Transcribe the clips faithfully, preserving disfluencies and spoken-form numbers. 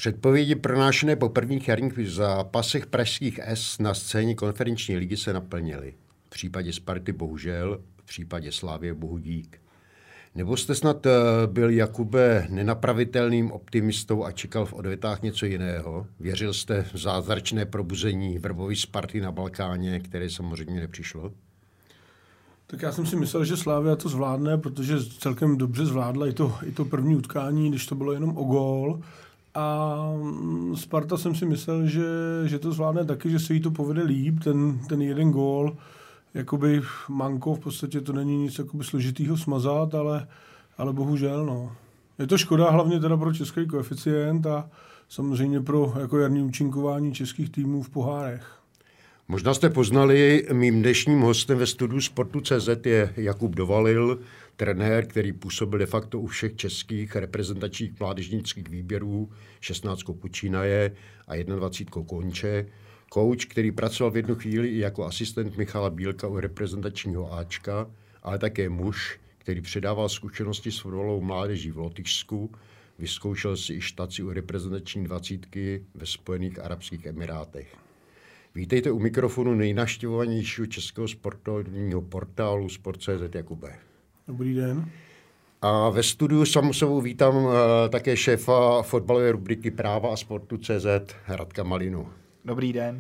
Předpovědi pronášené po prvních jarních zápasech pražských S na scéně konferenční ligy se naplnily. V případě Sparty bohužel, v případě Slavie bohu dík. Nebo jste snad byl, Jakube, nenapravitelným optimistou a čekal v odvetách něco jiného? Věřil jste v zázračné probuzení Vrbovy Sparty na Balkáně, které samozřejmě nepřišlo? Tak já jsem si myslel, že Slavia to zvládne, protože celkem dobře zvládla i to, i to první utkání, když to bylo jenom o gól. A Sparta jsem si myslel, že, že to zvládne taky, že se jí to povede líp, ten, ten jeden gól. Jakoby manko, v podstatě to není nic jakoby složitýho smazat, ale, ale bohužel, no. Je to škoda hlavně teda pro český koeficient a samozřejmě pro jako jarní účinkování českých týmů v pohárech. Možná jste poznali, mým dnešním hostem ve studiu Sportu tečka cé zet je Jakub Dovalil, trenér, který působil de facto u všech českých reprezentačních mládežnických výběrů, šestnáct počínaje a dvacet jedna konče. Kouč, který pracoval v jednu chvíli i jako asistent Michala Bílka u reprezentačního Ačka, ale také muž, který předával zkušenosti s fotbalovou mládeží v Lotyšsku, vyzkoušel si i štaci u reprezentační dvacítky ve Spojených arabských emirátech. Vítejte u mikrofonu nejnavštěvovanějšího českého sportovního portálu Sport tečka cé zet, Jakube. Dobrý den. A ve studiu samozřejmě vítám uh, také šéfa fotbalové rubriky Práva a sportu tečka cé zet Radka Malinu. Dobrý den.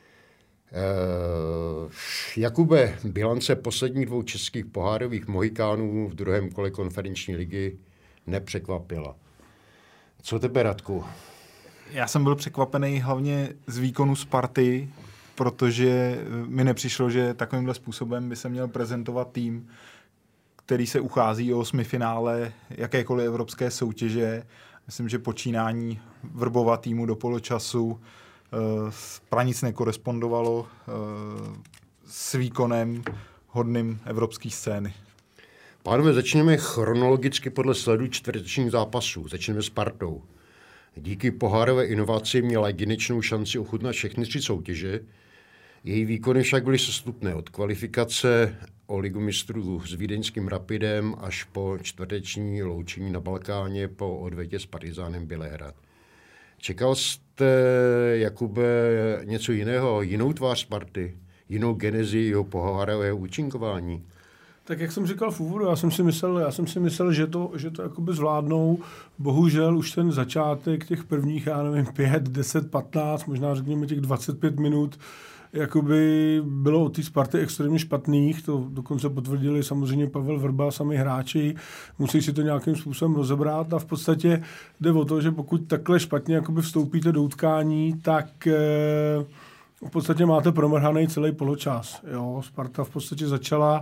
Uh, Jakube, bilance posledních dvou českých pohárových mohikánů v druhém kole konferenční ligy nepřekvapila. Co tebe, Radku? Já jsem byl překvapený hlavně z výkonu Sparty, protože mi nepřišlo, že takovýmhle způsobem by se měl prezentovat tým, který se uchází o osmifinále jakékoliv evropské soutěže. Myslím, že počínání Vrbova týmu do poločasu pra nic nekorespondovalo s výkonem hodným evropské scény. Pánové, začněme chronologicky podle sledu čtvrtečních zápasů. Začneme s Spartou. Díky pohárové inovaci měla jedinečnou šanci ochutnat všechny tři soutěže. Její výkony však byly sestupné od kvalifikace o ligu mistrů s vídeňským Rapidem až po čtvrteční loučení na Balkáně po odvetě s Partizánem Bělehrad. Čekal jste, Jakube, něco jiného, jinou tvář Sparty, jinou genezi jeho pohárového účinkování? Tak jak jsem říkal v úvodu, já jsem si myslel, já jsem si myslel, že to, že to jakoby zvládnou. Bohužel už ten začátek těch prvních, já nevím, pět, deset, patnáct, možná řekněme těch dvacet pět minut, jakoby bylo od té Sparty extrémně špatných, to dokonce potvrdili samozřejmě Pavel Vrba, sami hráči, musí si to nějakým způsobem rozebrat a v podstatě jde o to, že pokud takhle špatně jakoby vstoupíte do utkání, tak eh, v podstatě máte promrhaný celý poločas. Jo? Sparta v podstatě začala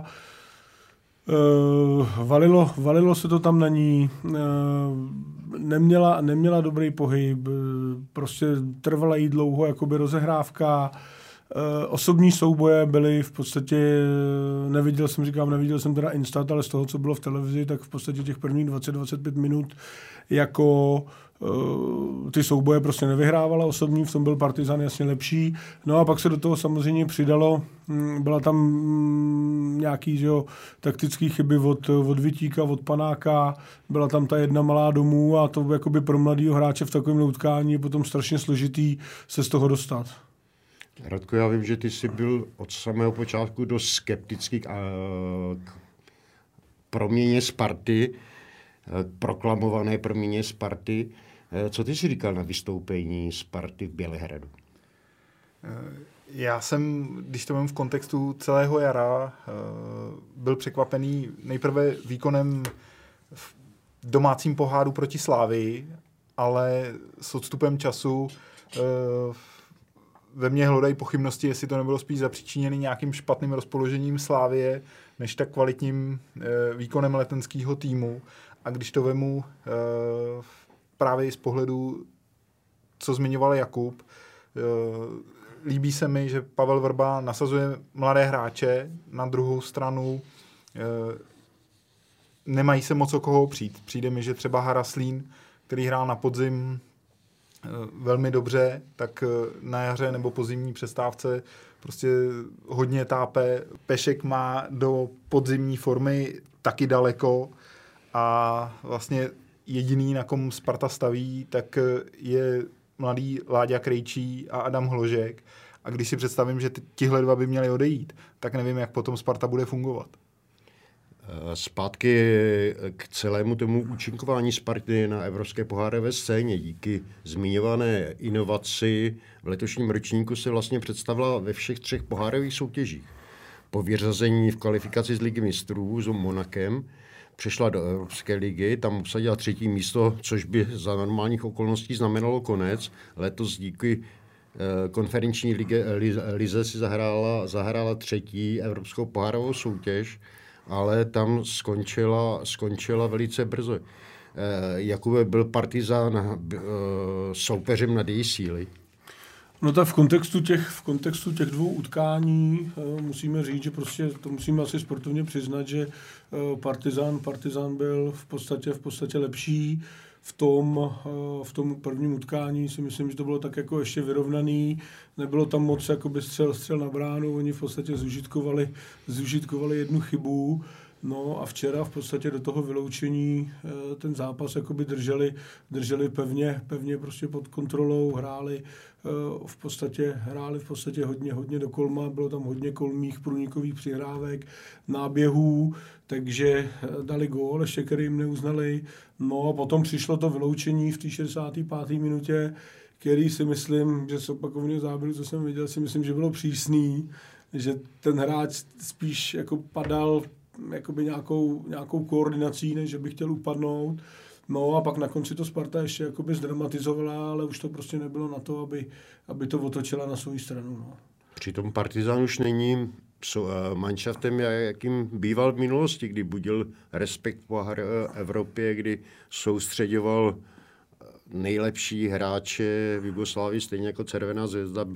Uh, valilo, valilo se to tam na ní, uh, neměla, neměla dobrý pohyb, uh, prostě trvala jí dlouho jakoby rozehrávka, uh, osobní souboje byly v podstatě, neviděl jsem, říkám, neviděl jsem teda instat, ale z toho, co bylo v televizi, tak v podstatě těch prvních dvacet až dvacet pět minut jako uh, ty souboje prostě nevyhrávala osobní, v tom byl Partizán jasně lepší. No a pak se do toho samozřejmě přidalo, um, byla tam um, nějaký, že jo, taktický chyby od, od Vitíka, od Panáka, byla tam ta jedna malá domů a to jakoby pro mladýho hráče v takovém utkání je potom strašně složitý se z toho dostat. Radko, já vím, že ty jsi byl od samého počátku dost skeptický k, k proměně Sparty, k proklamované proměně Sparty. Co ty jsi říkal na vystoupení Sparty v Bělehradu? Já jsem, když to mám v kontextu celého jara, byl překvapený nejprve výkonem v domácím poháru proti Slávii, ale s odstupem času ve mně hledají pochybnosti, jestli to nebylo spíš zapříčiněné nějakým špatným rozpoložením Slávie, než tak kvalitním výkonem letenského týmu. A když to vemu právě z pohledu, co zmiňoval Jakub, líbí se mi, že Pavel Vrba nasazuje mladé hráče, na druhou stranu nemají se moc o koho opřít. Přijde mi, že třeba Haraslín, který hrál na podzim velmi dobře, tak na jaře nebo po zimní přestávce prostě hodně tápe. Pešek má do podzimní formy taky daleko a vlastně jediný, na kom Sparta staví, tak je mladý Láďa Krejčí a Adam Hložek. A když si představím, že tihle dva by měli odejít, tak nevím, jak potom Sparta bude fungovat. Zpátky k celému tomu účinkování Sparty na evropské pohárové scéně. Díky zmiňované inovaci v letošním ročníku se vlastně představila ve všech třech pohárových soutěžích. Po vyřazení v kvalifikaci z Ligy mistrů s Monakem přešla do Evropské ligy, tam obsadila třetí místo, což by za normálních okolností znamenalo konec. Letos díky konferenční lige, lize si zahrála, zahrála třetí evropskou pohárovou soutěž, ale tam skončila, skončila velice brzo. Jakube, byl Partizán soupeřem nad její síly? No tak v kontextu těch, v kontextu těch dvou utkání musíme říct, že prostě to musíme asi sportovně přiznat, že Partizán, Partizán byl v podstatě, v podstatě lepší. V tom, v tom prvním utkání si myslím, že to bylo tak jako ještě vyrovnaný. Nebylo tam moc jakoby střel, střel na bránu, oni v podstatě zužitkovali, zužitkovali jednu chybu. No a včera v podstatě do toho vyloučení ten zápas jakoby drželi, drželi pevně, pevně prostě pod kontrolou, hráli v podstatě, hráli v podstatě hodně, hodně do kolma, bylo tam hodně kolmých průnikových přihrávek, náběhů, takže dali gól, ještě který jim neuznali. No a potom přišlo to vyloučení v té šedesáté páté minutě, který si myslím, že z opakovaného záběru, co jsem viděl, si myslím, že bylo přísný, že ten hráč spíš jako padal jakoby nějakou, nějakou koordinací, než že by chtěl upadnout. No a pak na konci to Sparta ještě jakoby zdramatizovala, ale už to prostě nebylo na to, aby, aby to otočila na svou stranu. No. Přitom Partizán už není manšaftem, jakým býval v minulosti, kdy budil respekt po Evropě, kdy soustředoval nejlepší hráče v Jugoslávii, stejně jako Červená zvezda.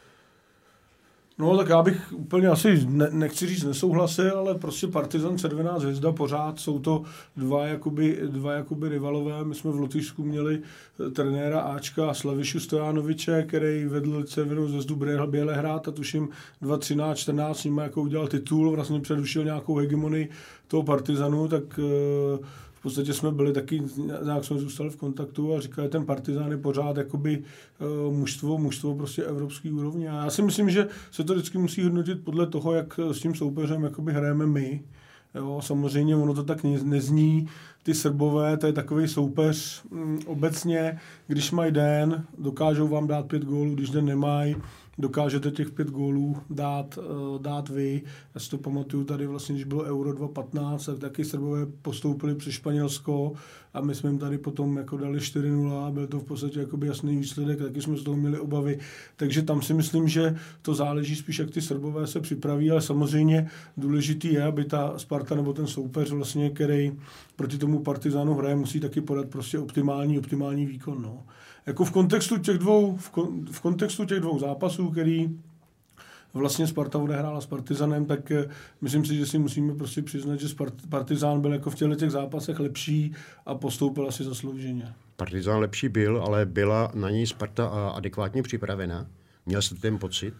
No tak já bych úplně asi, ne, nechci říct nesouhlasil, ale prostě Partizan, Červená zvezda pořád jsou to dva jakoby, dva jakoby rivalové. My jsme v Lotyšsku měli trenéra Ačka Slavišu Stojanoviče, který vedl Červenou zvezdu Bělehrad a tuším dva tisíce třináct čtrnáct s nimi jako udělal titul, vlastně předušil nějakou hegemonii toho Partizanu, tak v podstatě jsme byli taky, nějak jsme zůstali v kontaktu a říkali, ten Partizán je pořád jakoby uh, mužstvo, mužstvo prostě evropský úrovně. A já si myslím, že se to vždycky musí hodnotit podle toho, jak s tím soupeřem jakoby hrajeme my. Jo, samozřejmě ono to tak nezní. Ty Srbové, to je takový soupeř um, obecně, když mají den, dokážou vám dát pět gólů, když den nemají, dokážete těch pět gólů dát, uh, dát vy. Já si to pamatuju tady vlastně, když bylo Euro dva tisíce patnáct, tak taky Srbové postoupili přes Španělsko a my jsme jim tady potom jako dali čtyři nula, byl to v podstatě jakoby jasný výsledek, taky jsme z toho měli obavy. Takže tam si myslím, že to záleží spíš, jak ty Srbové se připraví, ale samozřejmě důležitý je, aby ta Sparta nebo ten soupeř vlastně, který proti tomu Partizánu hraje, musí taky podat prostě optimální, optimální výkon. No. Jako v kontextu těch dvou, v, kon, v kontextu těch dvou zápasů, který vlastně Sparta odehrála s Partizanem, tak myslím si, že si musíme prostě přiznat, že Spart, Partizán byl jako v těchto těch zápasech lepší a postoupil asi zaslouženě. Partizán lepší byl, ale byla na něj Sparta adekvátně připravená? Měl jste ten pocit?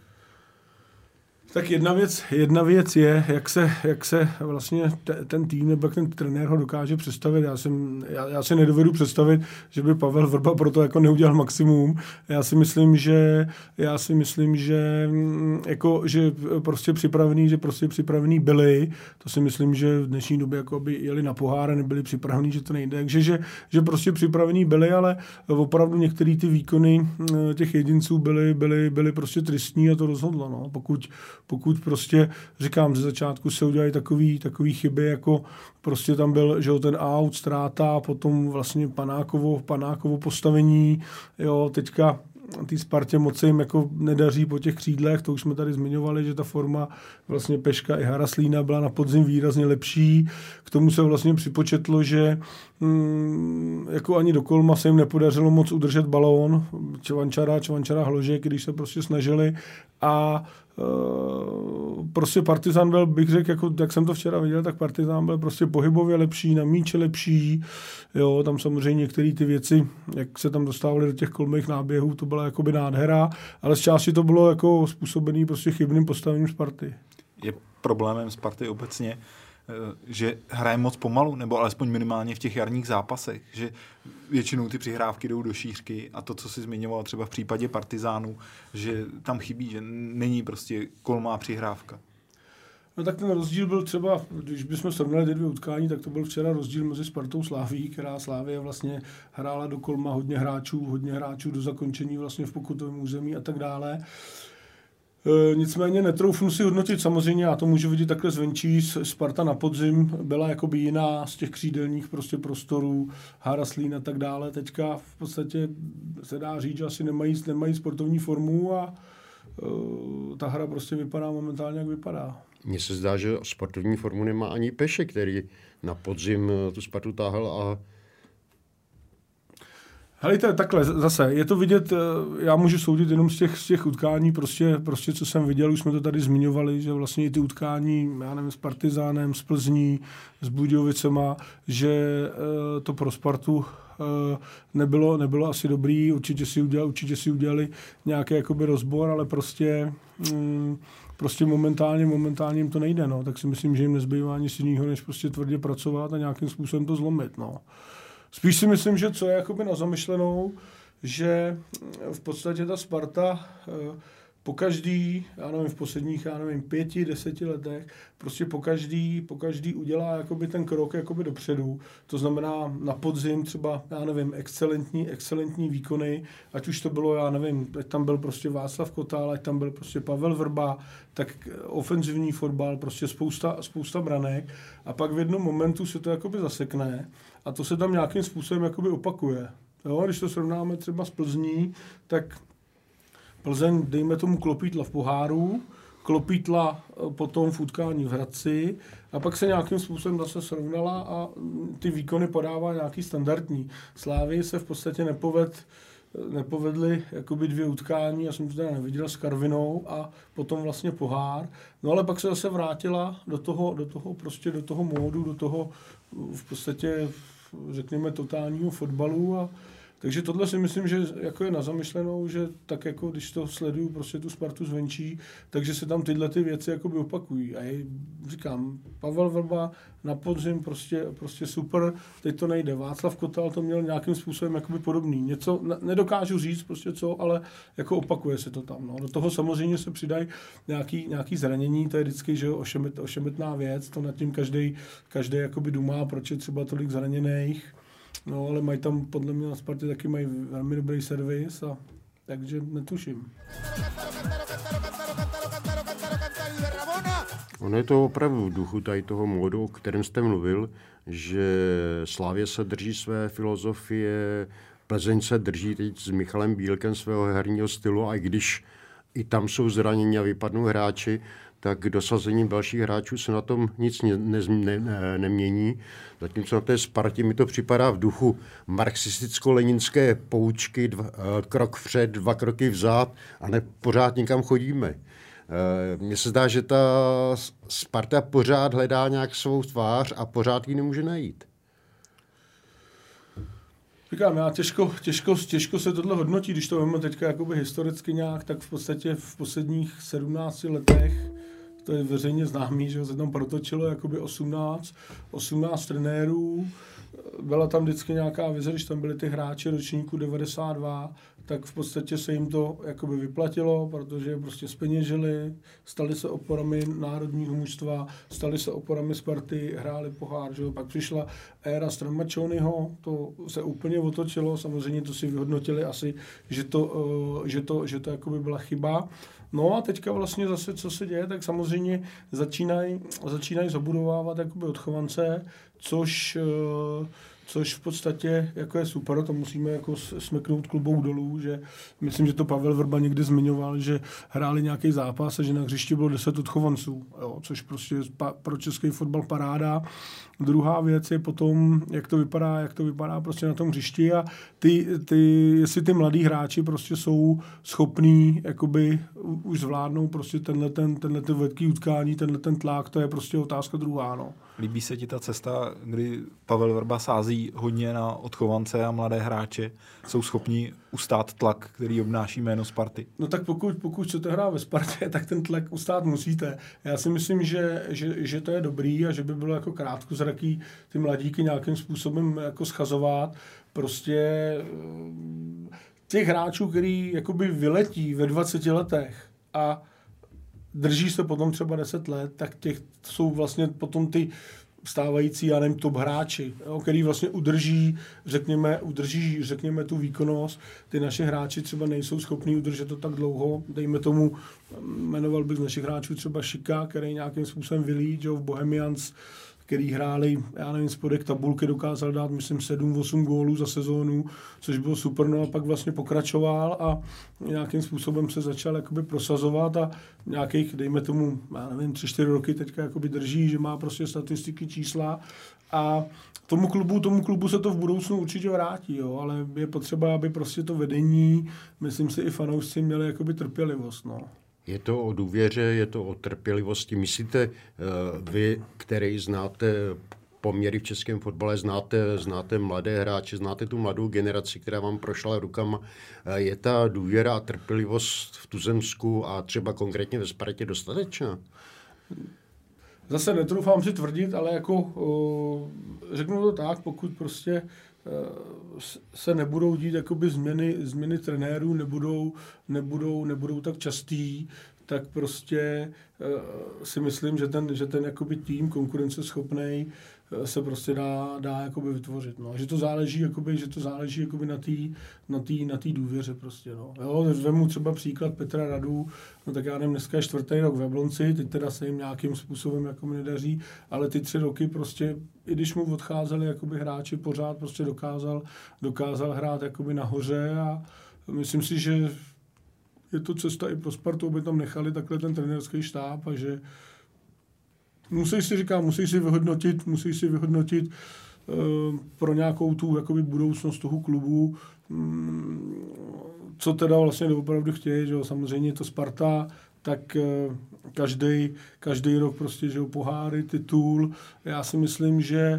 Tak jedna věc, jedna věc je, jak se, jak se vlastně te, ten tým nebo jak ten trenér ho dokáže představit. Já, jsem, já, já si nedovedu představit, že by Pavel Vrba proto jako neudělal maximum. Já si myslím, že já si myslím, že jako, že prostě připravený, že prostě připravený byli. To si myslím, že v dnešní době jako by jeli na pohár a nebyli připravení, že to nejde. Takže že, že prostě připravení byli, ale opravdu některé ty výkony těch jedinců byly, byly, byly prostě tristní a to rozhodlo. No. Pokud Pokud prostě, říkám, ze začátku se udělají takový, takový chyby, jako prostě tam byl, že ten out, ztráta, potom vlastně Panákovo, Panákovo postavení, jo, teďka té Spartě moc se jim jako nedaří po těch křídlech, to už jsme tady zmiňovali, že ta forma vlastně Peška i Haraslína byla na podzim výrazně lepší. K tomu se vlastně připočetlo, že mm, jako ani do kolma se jim nepodařilo moc udržet balón. Čvančara, Čvančara Hložek, když se prostě snažili a Uh, prostě Partizán byl, bych řekl, jako, jak jsem to včera viděl, tak Partizán byl prostě pohybově lepší, na míče lepší, jo, tam samozřejmě některé ty věci, jak se tam dostávali do těch kolmých náběhů, to byla jakoby nádhera, ale z části to bylo jako způsobený prostě chybným postavením Sparty. Je problémem Sparty obecně že hraje moc pomalu, nebo alespoň minimálně v těch jarních zápasech, že většinou ty přihrávky jdou do šířky a to, co si zmiňoval třeba v případě Partizánů, že tam chybí, že není prostě kolmá přihrávka. No tak ten rozdíl byl třeba, když bychom srovnali ty dvě utkání, tak to byl včera rozdíl mezi Spartou Slaví, která Slávie vlastně hrála do kolma hodně hráčů, hodně hráčů do zakončení vlastně v pokutovém území a tak dále. E, nicméně netroufnu si hodnotit, samozřejmě já to můžu vidět takhle zvenčí, Sparta na podzim byla jakoby jiná z těch křídelních prostě prostorů, Haraslín a tak dále. Teďka v podstatě se dá říct, že asi nemají, nemají sportovní formu a e, ta hra prostě vypadá momentálně, jak vypadá. Mně se zdá, že sportovní formu nemá ani Peše, který na podzim tu Spartu táhl a... Helejte, takhle, zase, je to vidět, já můžu soudit jenom z těch, z těch utkání, prostě, prostě co jsem viděl, už jsme to tady zmiňovali, že vlastně i ty utkání, já nevím, s Partizánem, s Plzní, s Budějovicema, že to pro Spartu nebylo, nebylo asi dobrý, určitě si udělali, určitě si udělali nějaký jakoby rozbor, ale prostě... Mm, Prostě momentálně, momentálně jim to nejde, no. Tak si myslím, že jim nezbývá nic jiného, než prostě tvrdě pracovat a nějakým způsobem to zlomit, no. Spíš si myslím, že co je jakoby na zamyšlenou, že v podstatě ta Sparta po každý, já nevím, v posledních, já nevím, pěti, deseti letech, prostě po každý, po každý udělá jakoby ten krok jakoby dopředu. To znamená na podzim třeba, já nevím, excelentní, excelentní výkony, ať už to bylo, já nevím, ať tam byl prostě Václav Kotal, ať tam byl prostě Pavel Vrba, tak ofenzivní fotbal, prostě spousta, spousta branek a pak v jednom momentu se to jakoby zasekne a to se tam nějakým způsobem jakoby opakuje. Jo, když to srovnáme třeba s Plzní, tak Plzeň, dejme tomu klopítla v poháru, klopítla potom v utkání v Hradci a pak se nějakým způsobem zase srovnala a ty výkony podává nějaký standardní. Slávii se v podstatě nepoved, nepovedly jakoby dvě utkání, já jsem to teda neviděl, s Karvinou a potom vlastně pohár. No ale pak se zase vrátila do toho, do toho prostě do toho módu, do toho v podstatě řekněme totálního fotbalu a takže tohle si myslím, že jako je na zamyšlenou, že tak jako když to sleduju prostě tu Spartu zvenčí, takže se tam tyhle ty věci jakoby opakují. A je, říkám, Pavel Vrba na podzim prostě, prostě super, teď to nejde. Václav Kotal to měl nějakým způsobem jakoby podobný. Něco, nedokážu říct prostě co, ale jako opakuje se to tam. No. Do toho samozřejmě se přidají nějaký, nějaký zranění, to je vždycky že ošemet, ošemetná věc, to nad tím každý každý jakoby dumá, proč je třeba tolik zraněných. No, ale mají tam, podle mě na Spartě taky mají velmi dobrý servis, a takže netuším. Ono je to opravdu v duchu tady toho módu, o kterém jste mluvil, že Slavie se drží své filozofie, Plzeň se drží teď s Michalem Bílkem svého herního stylu, a i když i tam jsou zranění a vypadnou hráči, tak dosazením dalších hráčů se na tom nic ne, ne, ne, nemění. Zatímco na té Spartě mi to připadá v duchu marxisticko-leninské poučky, dva, krok vpřed, dva kroky vzad a ne pořád někam chodíme. Mně se zdá, že ta Sparta pořád hledá nějak svou tvář a pořád ji nemůže najít. Říkám, já těžko, těžko, těžko se tohle hodnotí, když to víme teďka jakoby historicky nějak, tak v podstatě v posledních sedmnácti letech, to je veřejně známý, že se tam protočilo jakoby osmnáct, osmnáct trenérů, byla tam vždycky nějaká vize, když tam byli ty hráči ročníku devadesát dva, tak v podstatě se jim to jakoby vyplatilo, protože prostě zpeněžili, stali se oporami národního mužstva, stali se oporami Sparty, hráli pohár, že? Pak přišla éra Stramaccioniho, to se úplně otočilo, samozřejmě to si vyhodnotili asi, že to, že to, že to jakoby byla chyba. No a teďka vlastně zase, co se děje, tak samozřejmě začínají začínají zabudovávat jakoby odchovance, což, což v podstatě jako je super, to musíme jako smeknout klubou dolů, že myslím, že to Pavel Vrba někdy zmiňoval, že hráli nějaký zápas a že na hřišti bylo deset odchovanců, jo, což prostě pro český fotbal paráda. Druhá věc je potom, jak to vypadá, jak to vypadá prostě na tom hřišti a ty, ty, jestli ty mladí hráči prostě jsou schopní jakoby už zvládnou prostě tenhle ten, tenhle ten vetký utkání, tenhle ten tlak, to je prostě otázka druhá, no. Líbí se ti ta cesta, kdy Pavel Vrba sází sází hodně na odchovance a mladé hráče, jsou schopni ustát tlak, který obnáší jméno Sparty. No tak pokud, pokud chcete hrát ve Spartě, tak ten tlak ustát musíte. Já si myslím, že, že, že to je dobrý a že by bylo jako krátkozraký ty mladíky nějakým způsobem jako schazovat. Prostě těch hráčů, který jakoby vyletí ve dvaceti letech a drží se potom třeba deset let, tak těch jsou vlastně potom ty stávající, já nevím, top hráči, jo, který vlastně udrží, řekněme, udrží, řekněme, tu výkonnost. Ty naše hráči třeba nejsou schopní udržet to tak dlouho. Dejme tomu, jmenoval bych z našich hráčů třeba Šika, který nějakým způsobem vylít, jo, v Bohemians, který hráli, já nevím, spodek tabulky, dokázal dát, myslím, sedm osm gólů za sezónu, což bylo super, no a pak vlastně pokračoval a nějakým způsobem se začal jakoby prosazovat a nějakých, dejme tomu, já nevím, tři čtyři roky teďka jakoby drží, že má prostě statistiky, čísla a tomu klubu, tomu klubu se to v budoucnu určitě vrátí, jo, ale je potřeba, aby prostě to vedení, myslím si, i fanoušci měli jakoby trpělivost, no. Je to o důvěře, je to o trpělivosti. Myslíte, vy, který znáte poměry v českém fotbale, znáte, znáte mladé hráče, znáte tu mladou generaci, která vám prošla rukama, je ta důvěra a trpělivost v tuzemsku a třeba konkrétně ve Spartě dostatečná? Zase netroufám si tvrdit, ale jako o, řeknu to tak, pokud prostě se nebudou dít jakoby změny, změny trenérů, nebudou, nebudou, nebudou tak častý, tak prostě si myslím, že ten, že ten jakoby tým konkurenceschopnej se prostě dá, dá jakoby vytvořit. No. Že to záleží, jakoby, že to záleží jakoby na té na tý, na tý důvěře. Prostě, no. Jo, vemu třeba příklad Petra Radu, no tak já nevím, dneska je čtvrtý rok v Jablonci, teď teda se jim nějakým způsobem jako nedaří, ale ty tři roky prostě, i když mu odcházeli jakoby hráči, pořád prostě dokázal, dokázal hrát jakoby nahoře a myslím si, že je to cesta i pro Spartu, aby tam nechali takhle ten trenérský štáb a že musí si, říkám, musí si vyhodnotit, musí si vyhodnotit uh, pro nějakou tu jakoby budoucnost toho klubu, um, co teda vlastně opravdu chtějí, že jo, samozřejmě je to Sparta, tak uh, každý, každý rok prostě, že jo, poháry, titul. Já si myslím, že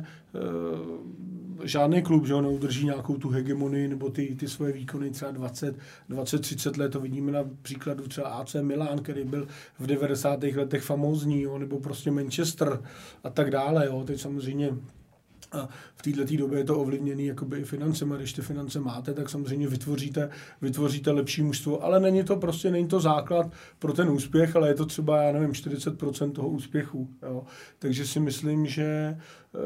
uh, žádný klub, že ho neudrží nějakou tu hegemonii nebo ty, ty svoje výkony třeba dvacet, dvacet, třicet let. To vidíme na příkladu třeba A C Milan, který byl v devadesátých letech famózní, jo, nebo prostě Manchester a tak dále. Jo. Teď samozřejmě a v této době je to ovlivněné jakoby i financema. Když ty finance máte, tak samozřejmě vytvoříte, vytvoříte lepší mužstvo, ale není to prostě, není to základ pro ten úspěch, ale je to třeba, já nevím, čtyřicet procent toho úspěchu. Jo. Takže si myslím, že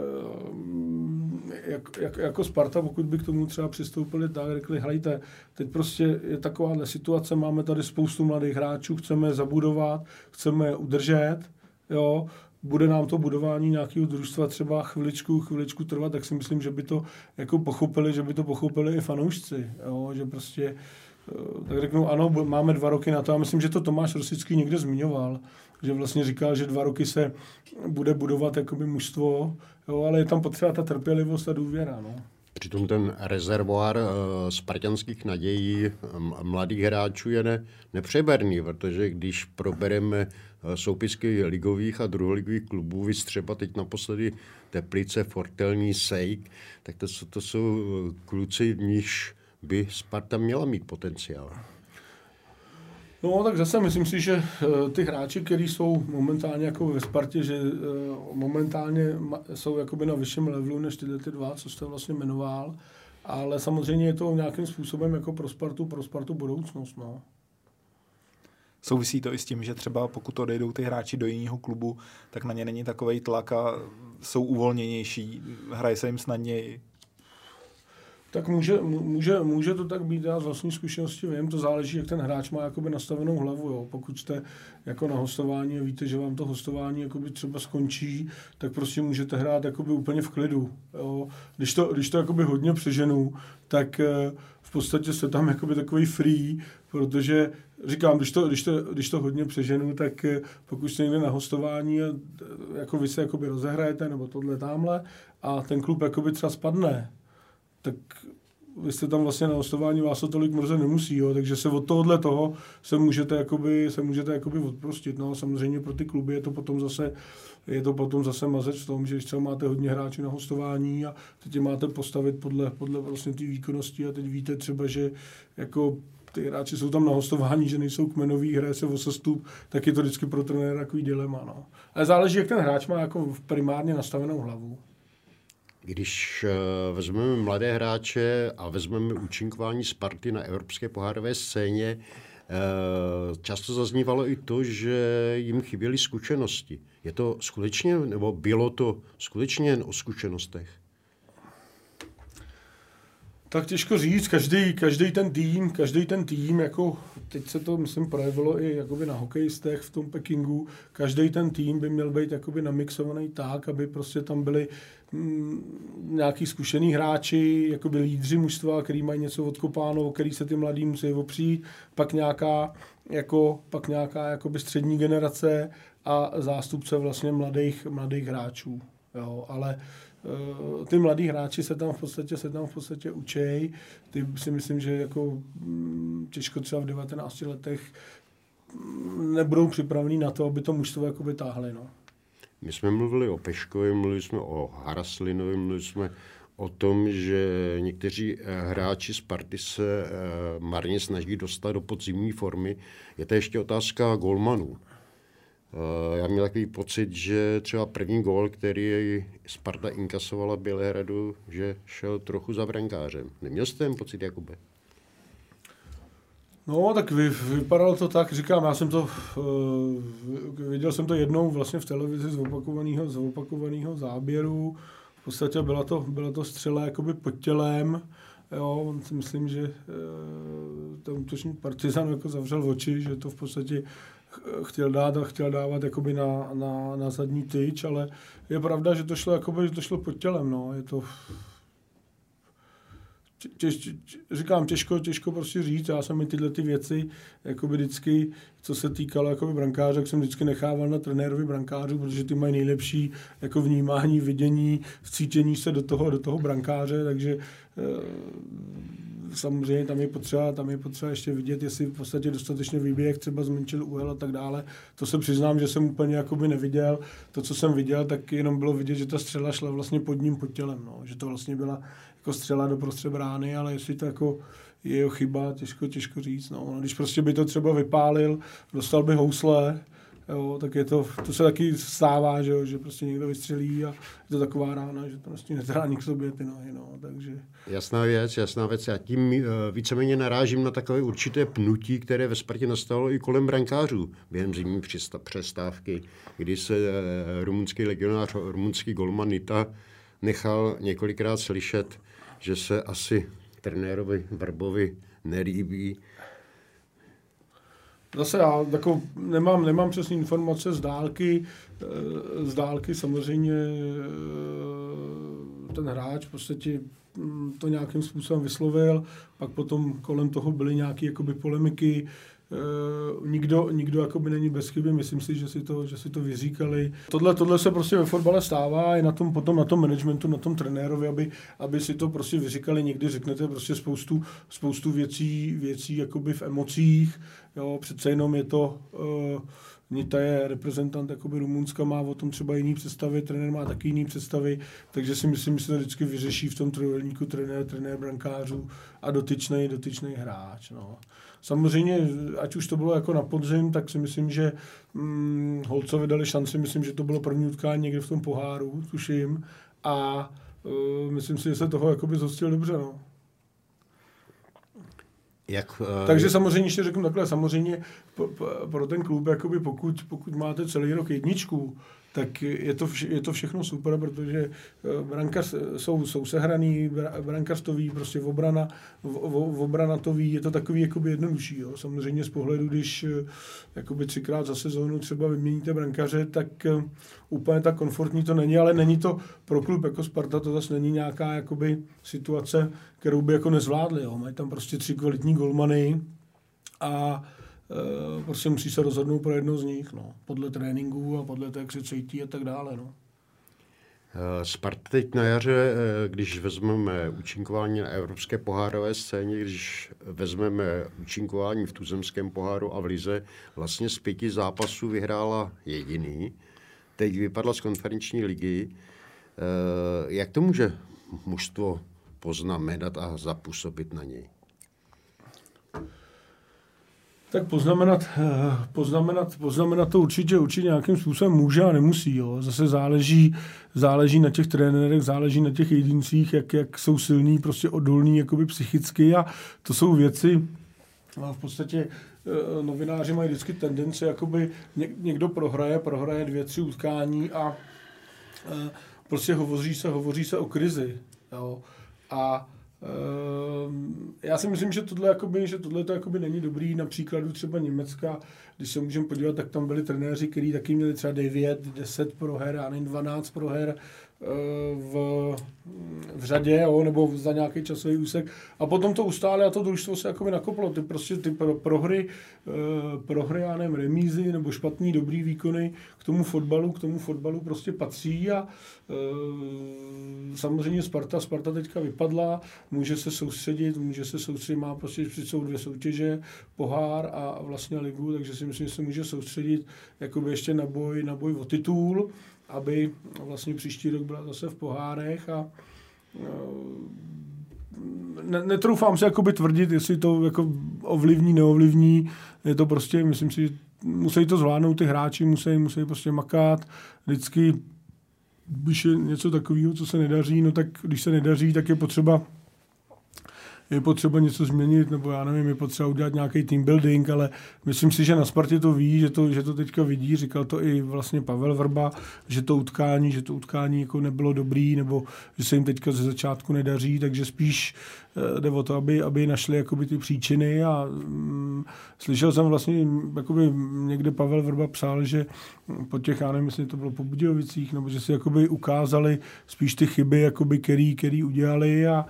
jak, jak, jako Sparta, pokud by k tomu třeba přistoupili tak, řekli, hejte, teď prostě je takováhle situace, máme tady spoustu mladých hráčů, chceme je zabudovat, chceme je udržet, jo, bude nám to budování nějakého družstva třeba chviličku, chviličku trvat, tak si myslím, že by to jako pochopili, že by to pochopili i fanoušci, jo, že prostě, tak řeknu, ano, máme dva roky na to, a myslím, že to Tomáš Rosický někde zmiňoval, že vlastně říkal, že dva roky se bude budovat jakoby mužstvo, jo, ale je tam potřeba ta trpělivost a důvěra, no. Přitom ten rezervoár uh, spartanských nadějí um, mladých hráčů je ne, nepřeberný, protože když probereme uh, soupisky ligových a druholigových klubů, víc třeba teď naposledy Teplice, Fortelní, Sejk, tak to, to jsou uh, kluci, v nichž by Sparta měla mít potenciál. No, tak zase myslím si, že uh, ty hráči, kteří jsou momentálně jako ve Spartě, že uh, momentálně ma- jsou jakoby na vyšším levelu než tyhle ty dva, co jste vlastně jmenoval, ale samozřejmě je to nějakým způsobem jako pro Spartu, pro Spartu budoucnost, no. Souvisí to i s tím, že třeba pokud odejdou ty hráči do jiného klubu, tak na ně není takovej tlak a jsou uvolněnější, hraje se jim snadněji. Tak může, může, může to tak být, já z vlastní zkušenosti vím, to záleží, jak ten hráč má jakoby nastavenou hlavu. Jo. Pokud jste jako na hostování a víte, že vám to hostování jakoby třeba skončí, tak prostě můžete hrát jakoby úplně v klidu. Jo. Když to, když to jakoby hodně přeženu, tak v podstatě jste tam jakoby takový free, protože říkám, když to, když to, když to hodně přeženu, tak pokud jste někde na hostování a jako vy se jakoby rozehrajete nebo tohle tamhle a ten klub jakoby třeba spadne, tak vy jste tam vlastně na hostování, vás to tolik mrzet nemusí, jo, takže se od tohohle toho se můžete jakoby, se můžete jakoby odprostit, no, samozřejmě pro ty kluby je to potom zase je to potom zase mazec v tom, že když třeba máte hodně hráčů na hostování a teď je máte postavit podle, podle vlastně té výkonnosti a teď víte třeba, že jako ty hráči jsou tam na hostování, že nejsou kmenoví, hraje se o sestup, tak je to vždycky pro trenéra takový dilema. No. Ale záleží, jak ten hráč má jako primárně nastavenou hlavu. Když uh, vezmeme mladé hráče a vezmeme účinkování Sparty na evropské pohárové scéně, uh, často zaznívalo i to, že jim chyběly zkušenosti. Je to skutečně, nebo bylo to skutečně jen o zkušenostech? Tak těžko říct, každý, každý ten tým, každý ten tým, jako teď se to, myslím, projevilo i jakoby na hokejistech v tom Pekingu, každý ten tým by měl být jakoby namixovaný tak, aby prostě tam byli mm, nějaký zkušený hráči, jakoby lídři mužstva, který mají něco odkopáno, který se ty mladí musí opřít, pak nějaká, jako, pak nějaká jakoby střední generace a zástupce vlastně mladých, mladých hráčů. Jo, ale ty mladí hráči se tam v podstatě se tam v podstatě učej. Ty si myslím, že jako těžko třeba v devatenácti letech nebudou připravení na to, aby to mužstvo jakoby táhli. No. My jsme mluvili o Peškovi, mluvili jsme o Haraslinovi, mluvili jsme o tom, že někteří hráči Sparty se marně snaží dostat do podzimní formy. Je to ještě otázka golmanů. Já měl takový pocit, že třeba první gól, který Sparta inkasovala Bělehradu, že šel trochu za brankářem. Neměl jste ten pocit, Jakube? No, tak vy, vypadalo to tak, říkám, já jsem to, uh, viděl jsem to jednou vlastně v televizi z opakovaného, z opakovaného záběru. V podstatě byla to, byla to střela jakoby pod tělem. Jo, on si myslím, že uh, ten útočník Partizan jako zavřel oči, že to v podstatě chtěl dát a chtěl dávat jakoby na, na, na zadní tyč, ale je pravda, že to šlo, jakoby, že to šlo pod tělem, no. Je to Těž, těž, říkám, těžko, těžko prostě říct. Já jsem mi tyhle ty věci, jakoby vždycky, co se týkalo jakoby brankáře, jsem vždycky nechával na trenérovi brankářů, protože ty mají nejlepší jako vnímání, vidění, vcítění se do toho, do toho brankáře, takže samozřejmě tam je potřeba, tam je potřeba ještě vidět, jestli v podstatě dostatečně výběh třeba zmenšil úhel a tak dále. To se přiznám, že jsem úplně jakoby neviděl. To, co jsem viděl, tak jenom bylo vidět, že ta střela šla vlastně pod ním, pod tělem, no. Že to vlastně byla jako střela do prostřed brány, ale jestli to jako je jeho chyba, těžko, těžko říct. No. Když prostě by to třeba vypálil, dostal by housle, jo, tak je to, to se taky stává, že, jo, že prostě někdo vystřelí a je to taková rána, že to prostě netrání k sobě ty nohy, no, takže... Jasná věc, jasná věc. Já tím uh, víceméně narážím na takové určité pnutí, které ve Spartě nastalo i kolem brankářů během zimní přestávky, kdy se uh, rumunský legionář, rumunský golman Nita nechal několikrát slyšet, že se asi trenérovi Vrbovi nelíbí. Zase já jako nemám, nemám přesné informace z dálky. Z dálky samozřejmě ten hráč v podstatě to nějakým způsobem vyslovil, pak potom kolem toho byly nějaké jakoby polemiky. Nikdo, nikdo jakoby není bez chyby, myslím si, že si to, že si to vyříkali. Tohle, tohle se prostě ve fotbale stává i na tom, potom na tom managementu, na tom trenérovi, aby, aby si to prostě vyříkali. Někdy řeknete prostě spoustu, spoustu věcí, věcí jakoby v emocích. Jo, přece jenom je to... Uh, Nita je reprezentant jakoby Rumunska, má o tom třeba jiný představy, trenér má taky jiný představy, takže si myslím, že se to vždycky vyřeší v tom trojúhelníku trenér, trenér brankářů a dotyčnej, dotyčnej hráč. No. Samozřejmě, ať už to bylo jako na podzim, tak si myslím, že hm, Holcovi dali šanci, myslím, že to bylo první utkání někde v tom poháru, tuším, a uh, myslím si, že se toho jakoby zhostil dobře. No. Jak, uh, Takže samozřejmě, ještě řeknu takhle, samozřejmě pro ten klub, jakoby pokud, pokud máte celý rok jedničku, tak je to, vše, je to všechno super, protože brankař jsou, jsou sehraný, brankař to ví, prostě v obrana, v, v obrana to ví, je to takový jakoby jednodušší. Jo. Samozřejmě z pohledu, když jakoby třikrát za sezónu třeba vyměníte brankaře, tak úplně tak komfortní to není, ale není to pro klub jako Sparta, to zase není nějaká jakoby situace, kterou by jako nezvládli. Jo. Mají tam prostě tři kvalitní golmany a prostě musí se rozhodnout pro jedno z nich, no. Podle tréninku a podle toho, jak se cítí a tak dále, no. Sparta teď na jaře, když vezmeme účinkování na evropské pohárové scéně, když vezmeme účinkování v tuzemském poháru a v lize, vlastně z pěti zápasů vyhrála jediný. teď vypadla z konferenční ligy. Jak to může mužstvo poznamenat a zapůsobit na něj? Tak poznamenat, poznamenat, poznamenat to určitě, určitě nějakým způsobem může a nemusí. Jo. Zase záleží, záleží na těch trenérech, záleží na těch jedincích, jak, jak jsou silní, prostě odolní jakoby psychicky a to jsou věci, v podstatě novináři mají vždycky tendenci, jakoby někdo prohraje, prohraje dvě, tři utkání a prostě hovoří se, hovoří se o krizi. Jo. A já si myslím, že tohle, jakoby, že tohle to jakoby není dobrý. Na příkladu třeba Německa, když se můžeme podívat, tak tam byli trenéři, kteří taky měli třeba devět, deset proher, a ne dvanáct proher v, v řadě, jo, nebo za nějaký časový úsek. A potom to ustále a to družstvo se jakoby nakoplo. Ty prostě ty pro, prohry, prohry, já nevím, remízy nebo špatný, dobrý výkony k tomu fotbalu, k tomu fotbalu prostě patří a e, samozřejmě Sparta, Sparta teďka vypadla, může se soustředit, může se soustředit, má prostě před jsou dvě soutěže, pohár a vlastně ligu, takže si myslím, že se může soustředit jakoby ještě na boj, na boj o titul, aby vlastně příští rok byla zase v pohárech a ne, netroufám se jakoby tvrdit, jestli to jako ovlivní, neovlivní, je to prostě, myslím si, že musí to zvládnout ty hráči, musí, musí prostě makat, vždycky, když je něco takového, co se nedaří, no tak když se nedaří, tak je potřeba je potřeba něco změnit, nebo já nevím, je potřeba udělat nějaký team building, ale myslím si, že na Spartě to ví, že to, že to teďka vidí, říkal to i vlastně Pavel Vrba, že to utkání, že to utkání jako nebylo dobrý, nebo že se jim teďka ze začátku nedaří, takže spíš jde o to, aby, aby našli jakoby ty příčiny a mm, slyšel jsem vlastně, jakoby někde Pavel Vrba psal, že po těch, já nevím, jestli to bylo po Budějovicích, nebo že si jakoby ukázali spíš ty chyby, jakoby, který, který udělali a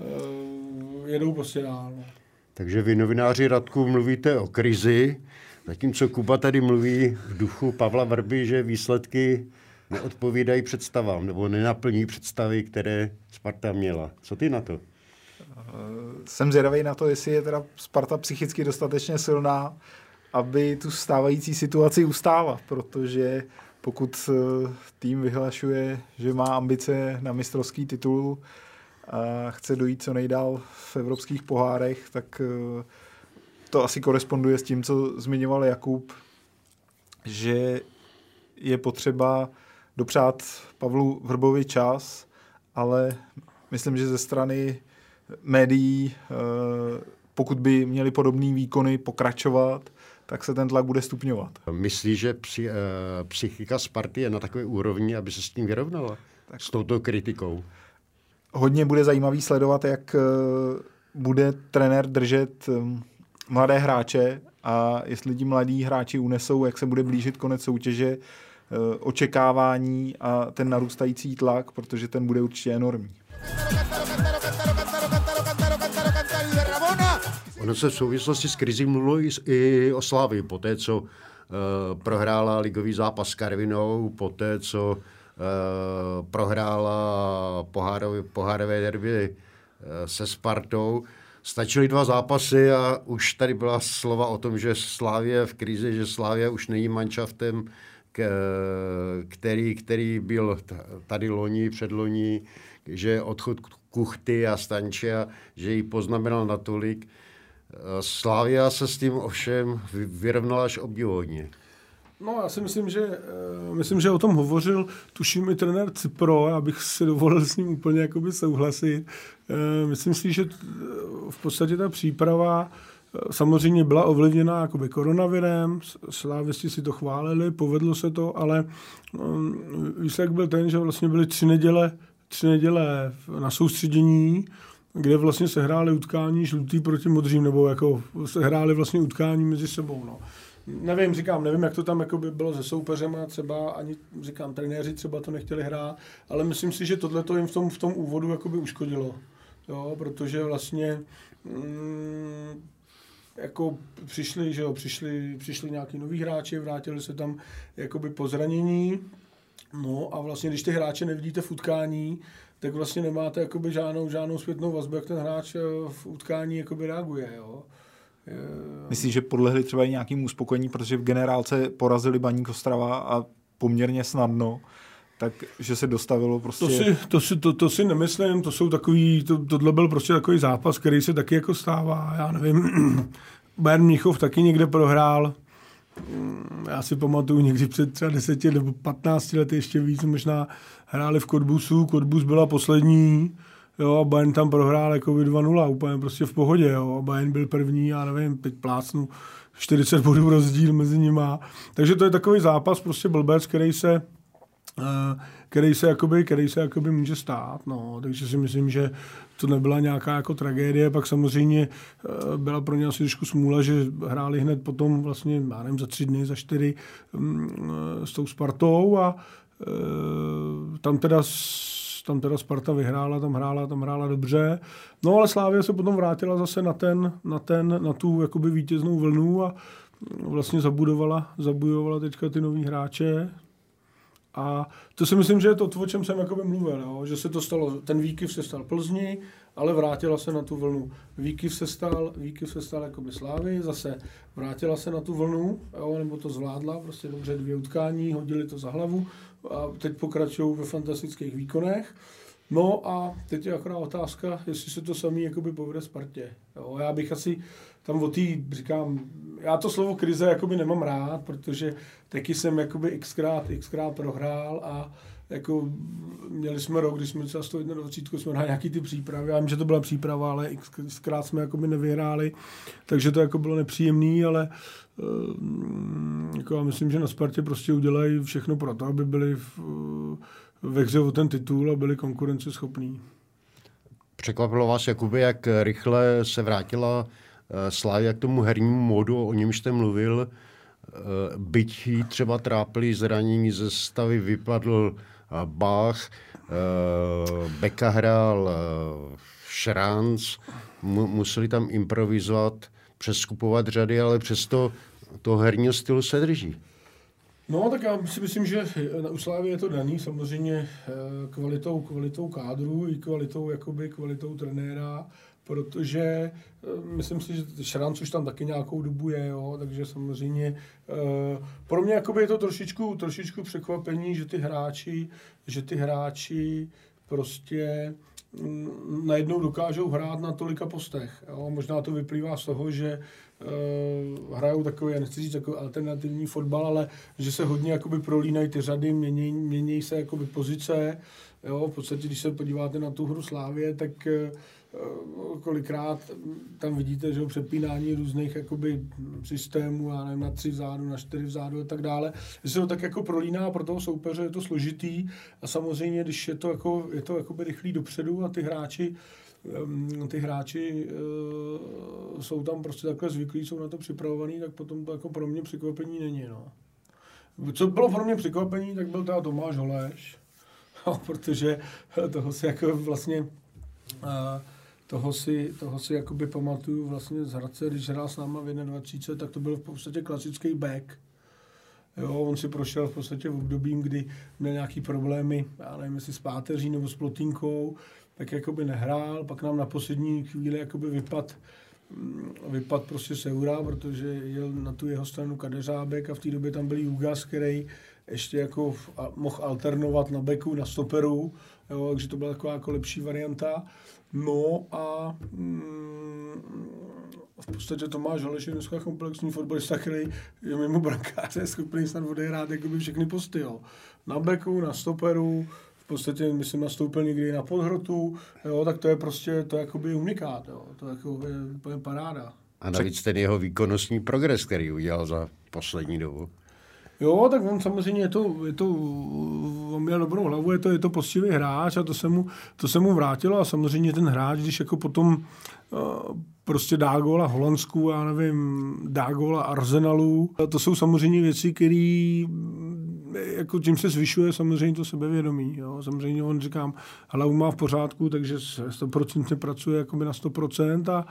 Uh, jedou prostě dál. Takže vy, novináři, Radku, mluvíte o krizi, zatímco Kuba tady mluví v duchu Pavla Vrby, že výsledky neodpovídají představám nebo nenaplní představy, které Sparta měla. Co ty na to? Uh, jsem zvědavý na to, jestli je teda Sparta psychicky dostatečně silná, aby tu stávající situaci ustála, protože pokud tým vyhlašuje, že má ambice na mistrovský titul, a chce dojít co nejdál v evropských pohárech, tak to asi koresponduje s tím, co zmiňoval Jakub, že je potřeba dopřát Pavlu Vrbovi čas, ale myslím, že ze strany médií, pokud by měli podobné výkony pokračovat, tak se ten tlak bude stupňovat. Myslíš, že psychika Sparty je na takové úrovni, aby se s tím vyrovnala? Tak s touto kritikou? Hodně bude zajímavý sledovat, jak bude trenér držet mladé hráče a jestli ti mladí hráči unesou, jak se bude blížit konec soutěže, očekávání a ten narůstající tlak, protože ten bude určitě enormní. Ono se v souvislosti s krizí mluvilo i o Slavii, po té, co uh, prohrála ligový zápas s Karvinou, po té, co Uh, prohrála pohárové, pohárové derby uh, se Spartou. Stačily dva zápasy a už tady byla slova o tom, že Slavia v krizi, že Slavia už není manšaftem, k, který, který byl tady loni, předloni, že odchod Kuchty a Stančia, že ji poznamenal natolik. Uh, Slavia se s tím ovšem vyrovnala až obdivuhodně. No, já si myslím, že, uh, myslím, že o tom hovořil, tuším i trenér Cipro, abych si dovolil s ním úplně jakoby souhlasit. Uh, myslím si, že t, v podstatě ta příprava uh, samozřejmě byla ovlivněna jakoby koronavirem, slávisti si to chválili, povedlo se to, ale um, výsledek byl ten, že vlastně byly tři neděle, tři neděle na soustředění, kde vlastně se hrály utkání žlutý proti modřím, nebo jako se hrály vlastně utkání mezi sebou, no. Nevím, říkám, nevím, jak to tam jako by bylo se soupeřema, třeba ani, říkám, trenéři třeba to nechtěli hrát, ale myslím si, že tohle to jim v tom, v tom úvodu jako by uškodilo, jo, protože vlastně mm, jako přišli, že jo, přišli, přišli nějaký noví hráči, vrátili se tam jakoby po zranění, no a vlastně, když ty hráče nevidíte v utkání, tak vlastně nemáte jakoby žádnou, žádnou zpětnou vazbu, jak ten hráč v utkání jakoby reaguje, jo. Myslíš, že podlehli třeba i nějakým uspokojení, protože v generálce porazili Baník Ostrava a poměrně snadno, takže se dostavilo prostě... To si, to si, to, to si nemyslím, to jsou takový, to, tohle byl prostě takový zápas, který se taky jako stává, já nevím, Bayern Mnichov taky někde prohrál, já si pamatuju někdy před třeba deseti nebo patnácti lety ještě víc, možná hráli v Cottbusu, Cottbus byla poslední, jo, a Bayern tam prohrál jako dva nula, úplně prostě v pohodě, jo, a Bayern byl první, já nevím, teď plácnu, čtyřicet bodů rozdíl mezi nima, takže to je takový zápas, prostě blbec, který se který se, jakoby, který se jakoby může stát. No. Takže si myslím, že to nebyla nějaká jako tragédie. Pak samozřejmě byla pro ně asi trošku smůla, že hráli hned potom vlastně, já nevím, za tři dny, za čtyři s tou Spartou a tam teda, tam teda Sparta vyhrála, tam hrála, tam hrála dobře. No ale Slavia se potom vrátila zase na, ten, na, ten, na tu jakoby vítěznou vlnu a vlastně zabudovala, zabudovala teďka ty nový hráče. A to si myslím, že je to, o čem jsem jakoby mluvil, jo? Že se to stalo, ten výkyv se stal Plzni, ale vrátila se na tu vlnu. Výkyv se stal, výkyv se stal jakoby Slávy, zase vrátila se na tu vlnu, jo? Nebo to zvládla, prostě dobře dvě utkání, hodili to za hlavu a teď pokračují ve fantastických výkonech. No a teď je akorát otázka, jestli se to samý jakoby povede Spartě. Jo? Já bych asi tam o té, říkám, já to slovo krize jakoby nemám rád, protože taky jsem jakoby xkrát, xkrát prohrál a jako měli jsme rok, kdy jsme třeba sto dvacet jedna jsme hráli nějaký ty přípravy, já vím, že to byla příprava, ale xkrát jsme jakoby nevyhráli, takže to jako bylo nepříjemný, ale jako já myslím, že na Spartě prostě udělají všechno pro to, aby byli v, ve hře o ten titul a byli konkurenceschopní. Překvapilo vás, Jakube, jak rychle se vrátila Slavia k tomu hernímu modu, o něm jste mluvil, byť jí třeba trápili zranění ze stavy, vypadl Bach, Beka hrál Šranc, museli tam improvizovat, přeskupovat řady, ale přesto toho herního stylu se drží. No, tak já si myslím, že u Slávy je to daný samozřejmě kvalitou, kvalitou kádru i kvalitou, jakoby, kvalitou trenéra, protože myslím si, že Šranc už tam taky nějakou dobu je, jo, takže samozřejmě pro mě jakoby je to trošičku, trošičku překvapení, že ty hráči, že ty hráči prostě najednou dokážou hrát na tolika postech. Jo. Možná to vyplývá z toho, že uh, hrajou takový, já nechci říct takový alternativní fotbal, ale že se hodně jakoby prolínají ty řady, mění, mění se jakoby pozice. Jo. V podstatě, když se podíváte na tu hru Slávie, tak uh, kolikrát tam vidíte, že přepínání různých jakoby systémů, já nevím, na tři vzadu, na čtyři vzadu a tak dále. Že se to tak jako prolíná, pro toho soupeře je to složitý a samozřejmě, když je to, jako, je to jakoby rychlý dopředu a ty hráči, um, ty hráči uh, jsou tam prostě takhle zvyklí, jsou na to připravovaní, tak potom to jako pro mě překvapení není. No. Co bylo pro mě překvapení, tak byl teda Tomáš Holeš, no, protože toho si jako vlastně uh, Toho si, toho si jakoby pamatuju vlastně z Hradce, když hrál s náma v dvacet jedna, tak to byl v podstatě klasický back. Jo, on si prošel v podstatě v obdobím, kdy měl nějaký problémy, já nevím, jestli s páteří nebo s plotínkou, tak jakoby nehrál, pak nám na poslední chvíli jakoby vypad, vypad prostě z eura, protože jel na tu jeho stranu Kadeřábek a v té době tam byl Jugas, který ještě jako mohl alternovat na beku, na stoperu, jo, takže to byla taková jako lepší varianta. No a mm, v podstatě Tomáš Holeš je dneska komplexní fotbalista, který je mimo brankáře, je schopný snad odehrát jakoby všechny posty. Jo. Na beku, na stoperu, v podstatě myslím nastoupil někdy na podhrotu, jo, tak to je prostě, to je jakoby unikát, jo. To je jako je, je paráda. A navíc ten jeho výkonnostní progres, který udělal za poslední dobu. Jo, tak on samozřejmě je to, je to, on měl dobrou hlavu, je to, je to poctivý hráč a to se, mu, to se mu vrátilo a samozřejmě ten hráč, když jako potom uh, prostě dá góla Holandsku, já nevím, dá góla Arsenalu, to jsou samozřejmě věci, které jako tím se zvyšuje samozřejmě to sebevědomí, jo. Samozřejmě on, říkám, hlavu má v pořádku, takže sto procent pracuje jakoby na sto procent a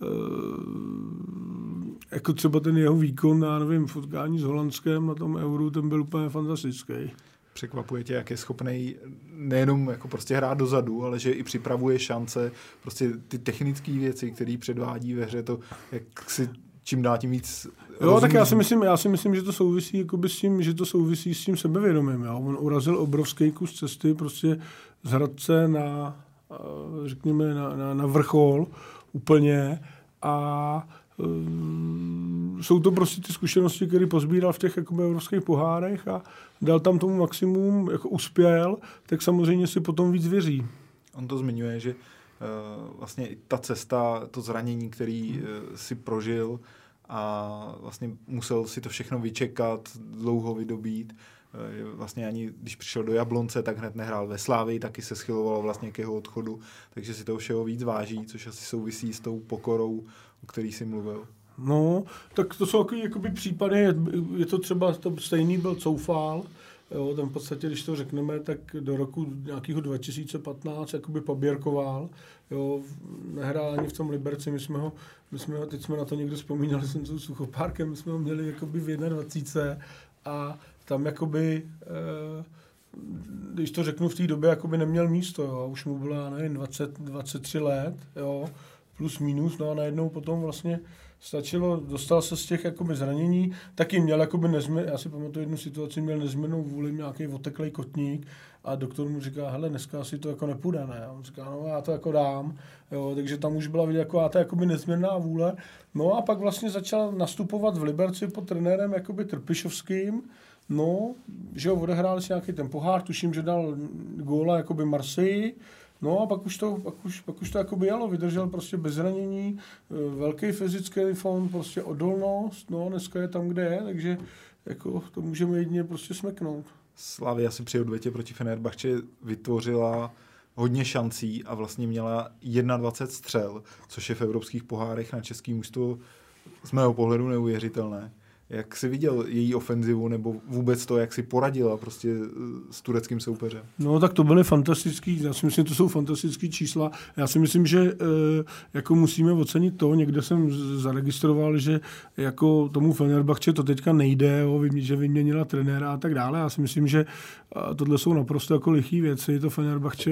jako třeba ten jeho výkon, já nevím, v utkání s Holandskem na tom Euru, ten byl úplně fantastický. Překvapuje tě, jak je schopný nejenom jako prostě hrát dozadu, ale že i připravuje šance, prostě ty technické věci, které předvádí ve hře, to jak si čím dál tím víc Jo, tak já si myslím, já si myslím, že to souvisí jakoby s tím, že to souvisí s tím sebevědomím. Jo. On urazil obrovský kus cesty prostě z Hradce na, řekněme, na, na, na vrchol úplně a um, jsou to prostě ty zkušenosti, které pozbíral v těch jakoby evropských pohárech a dal tam tomu maximum, jako uspěl, tak samozřejmě si potom víc věří. On to zmiňuje, že uh, vlastně ta cesta, to zranění, který uh, si prožil a vlastně musel si to všechno vyčekat, dlouho vydobít. Uh, vlastně ani když přišel do Jablonce, tak hned nehrál ve Slávii, taky se schylovalo vlastně k jeho odchodu, takže si toho všeho víc váží, což asi souvisí s tou pokorou, o který jsi mluvil. No, tak to jsou takový jakoby případy, je to třeba, to stejný byl Coufal, jo, ten v podstatě, když to řekneme, tak do roku nějakého dva tisíce patnáct jakoby paběrkoval, jo, nehrál ani v tom Liberci, my jsme ho, my jsme ho, teď jsme na to někdo vzpomínali, jsem s Suchopárkem, my jsme ho měli jakoby v dvacet jedna a tam jakoby, eh, když to řeknu v té době, jakoby neměl místo, jo, už mu bylo, já nevím, dvacet, dvacet tři let, jo, plus minus, no a najednou potom vlastně stačilo, dostal se z těch jakoby zranění, taky měl jakoby nezměr, já si pamatuju jednu situaci, měl nezměrnou vůli, nějaký oteklej kotník a doktor mu říká, hele, dneska si to jako nepůjde, ne? A on říká, no já to jako dám, jo, takže tam už byla vidět jako ta jakoby nezměrná vůle. No a pak vlastně začal nastupovat v Liberci pod trenérem jakoby Trpišovským, no, že ho odehráli si nějaký ten pohár, tuším, že dal góla jakoby Marseille. No a pak už to, pak už, pak už to jakoby jelo, vydržel prostě bez zranění, velký fyzický fond, prostě odolnost, no dneska je tam, kde je, takže jako to můžeme jedině prostě smeknout. Slavia si při odvetě proti Fenerbahče vytvořila hodně šancí a vlastně měla dvacet jedna střel, což je v evropských pohárech na český mužstvo z mého pohledu neuvěřitelné. Jak jsi viděl její ofenzivu nebo vůbec to, jak si poradila prostě s tureckým soupeřem? No tak to byly fantastický, já si myslím, to jsou fantastický čísla. Já si myslím, že e, jako musíme ocenit to, někde jsem zaregistroval, že jako tomu Fenerbahče to teďka nejde, jo, že vyměnila trenéra a tak dále. Já si myslím, že tohle jsou naprosto jako lichý věci. To Fenerbahče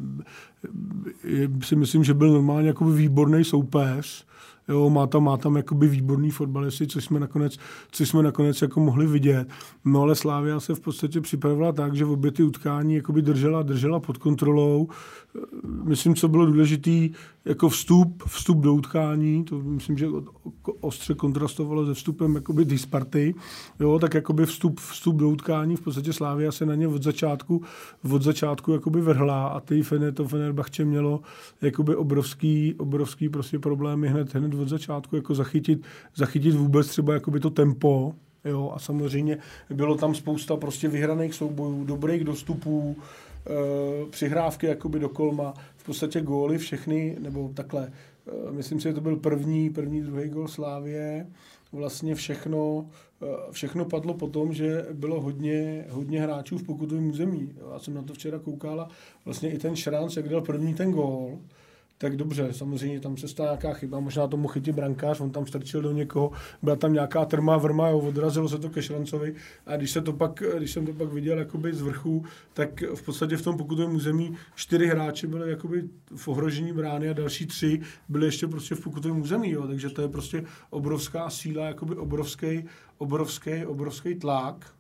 je, si myslím, že byl normálně jako výborný soupeř. Jo, má tam, má tam jakoby výborný fotbalisty, což jsme nakonec, což jsme nakonec jako mohli vidět. No ale Slavia se v podstatě připravila tak, že v obě ty utkání jakoby držela, držela pod kontrolou. Myslím, co bylo důležitý, jako vstup, vstup do utkání, to myslím, že ostře kontrastovalo se vstupem jakoby té Sparty. Jo, tak jakoby vstup, vstup do utkání, v podstatě Slavia se na ně od začátku, od začátku jakoby vrhla a ty Fener, to Fenerbahče mělo jakoby obrovský, obrovský prostě problémy hned, hned od začátku, jako zachytit, zachytit vůbec třeba jakoby to tempo, jo, a samozřejmě bylo tam spousta prostě vyhraných soubojů, dobrých dostupů, e, přihrávky jakoby do kolma, v podstatě góly všechny, nebo takhle, e, myslím si, že to byl první, první, druhý gól Slávie, vlastně všechno, e, všechno padlo po tom, že bylo hodně, hodně hráčů v pokutovém území. Já jsem na to včera koukal a vlastně i ten Šranc, jak dal první ten gól, tak dobře, samozřejmě tam se stala nějaká chyba, možná tomu chytí brankář, on tam strčil do někoho, byla tam nějaká trma, vrma, jo, odrazilo se to ke Šrancovi a když, se to pak, když jsem to pak viděl jakoby z vrchu, tak v podstatě v tom pokutovém území čtyři hráči byli jakoby v ohrožení brány a další tři byli ještě prostě v pokutovém území, jo, takže to je prostě obrovská síla, jakoby obrovský, obrovský, obrovský tlak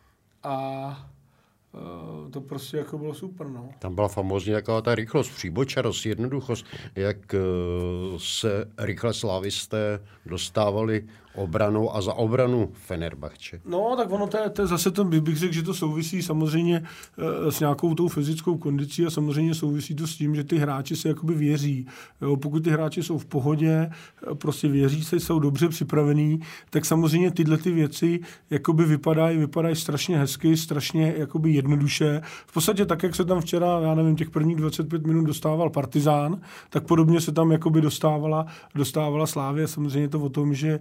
a to prostě jako bylo super, no. Tam byla famózní taková ta rychlost, příbočarost, jednoduchost, jak se rychle slávisté dostávali obranou a za obranu Fenerbahče. No, tak ono to je, to je zase to, bych řekl, že to souvisí samozřejmě e, s nějakou tou fyzickou kondicí a samozřejmě souvisí to s tím, že ty hráči se jakoby věří. Jo, pokud ty hráči jsou v pohodě, prostě věří se, jsou dobře připravení, tak samozřejmě tyhle ty věci jakoby vypadají, vypadají strašně hezky, strašně jakoby jednoduše. V podstatě tak, jak se tam včera, já nevím, těch prvních dvacet pět minut dostával Partizán, tak podobně se tam jakoby dostávala, dostávala Slavia. Samozřejmě to o tom, že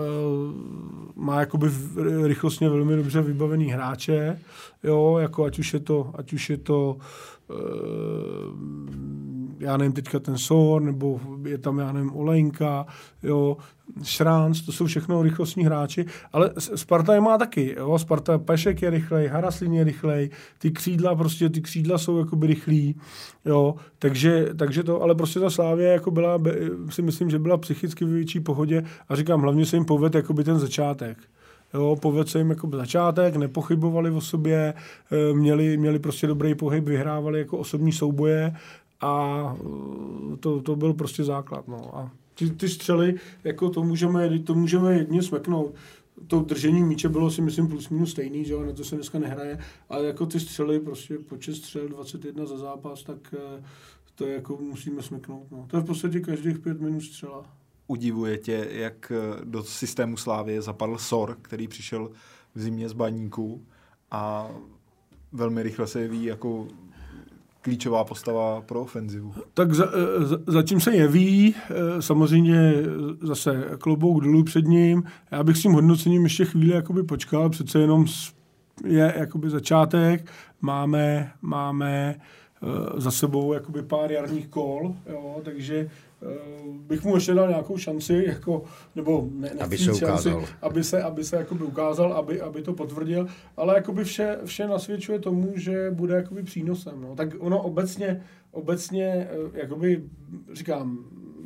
má jakoby rychlostně velmi dobře vybavený hráče, jo, jako ať už je to, ať už je to já nevím, teďka ten Sor, nebo je tam, já nevím, Olejnka, jo, Šránc, to jsou všechno rychlostní hráči, ale Sparta je má taky, jo, Sparta, Pešek je rychlej, Haraslín je rychlej, ty křídla, prostě ty křídla jsou jakoby rychlí, jo, takže, takže to, ale prostě ta Slavia jako byla, si myslím, že byla psychicky v větší pohodě a říkám, hlavně se jim povedl jakoby ten začátek. Jo, povedl se jim jako začátek, nepochybovali o sobě, měli, měli prostě dobrý pohyb, vyhrávali jako osobní souboje a to, to byl prostě základ. No. A ty, ty střely, jako to můžeme, to můžeme jedně smeknout. To držení míče bylo si myslím plus minus stejný, že jo, na to se dneska nehraje, ale jako ty střely, prostě počet střel dvacet jedna za zápas, tak to je jako musíme smeknout. No. To je v podstatě každých pět minut střela. Udivuje tě, jak do systému Slávie zapadl Sor, který přišel v zimě z Baníku a velmi rychle se jeví jako klíčová postava pro ofenzivu. Tak za, za, zatím se jeví, samozřejmě zase klobouk dolů před ním. Já bych s tím hodnocením ještě chvíli jakoby počkal, přece jenom je jakoby začátek, máme, máme za sebou jakoby pár jarních kol, jo, takže bych mu ještě dal nějakou šanci, jako, nebo ne, aby se šanci, ukázal. aby se, aby se jakoby ukázal, aby, aby to potvrdil, ale jakoby vše, vše nasvědčuje tomu, že bude jakoby přínosem. No. Tak ono obecně, obecně jakoby, říkám,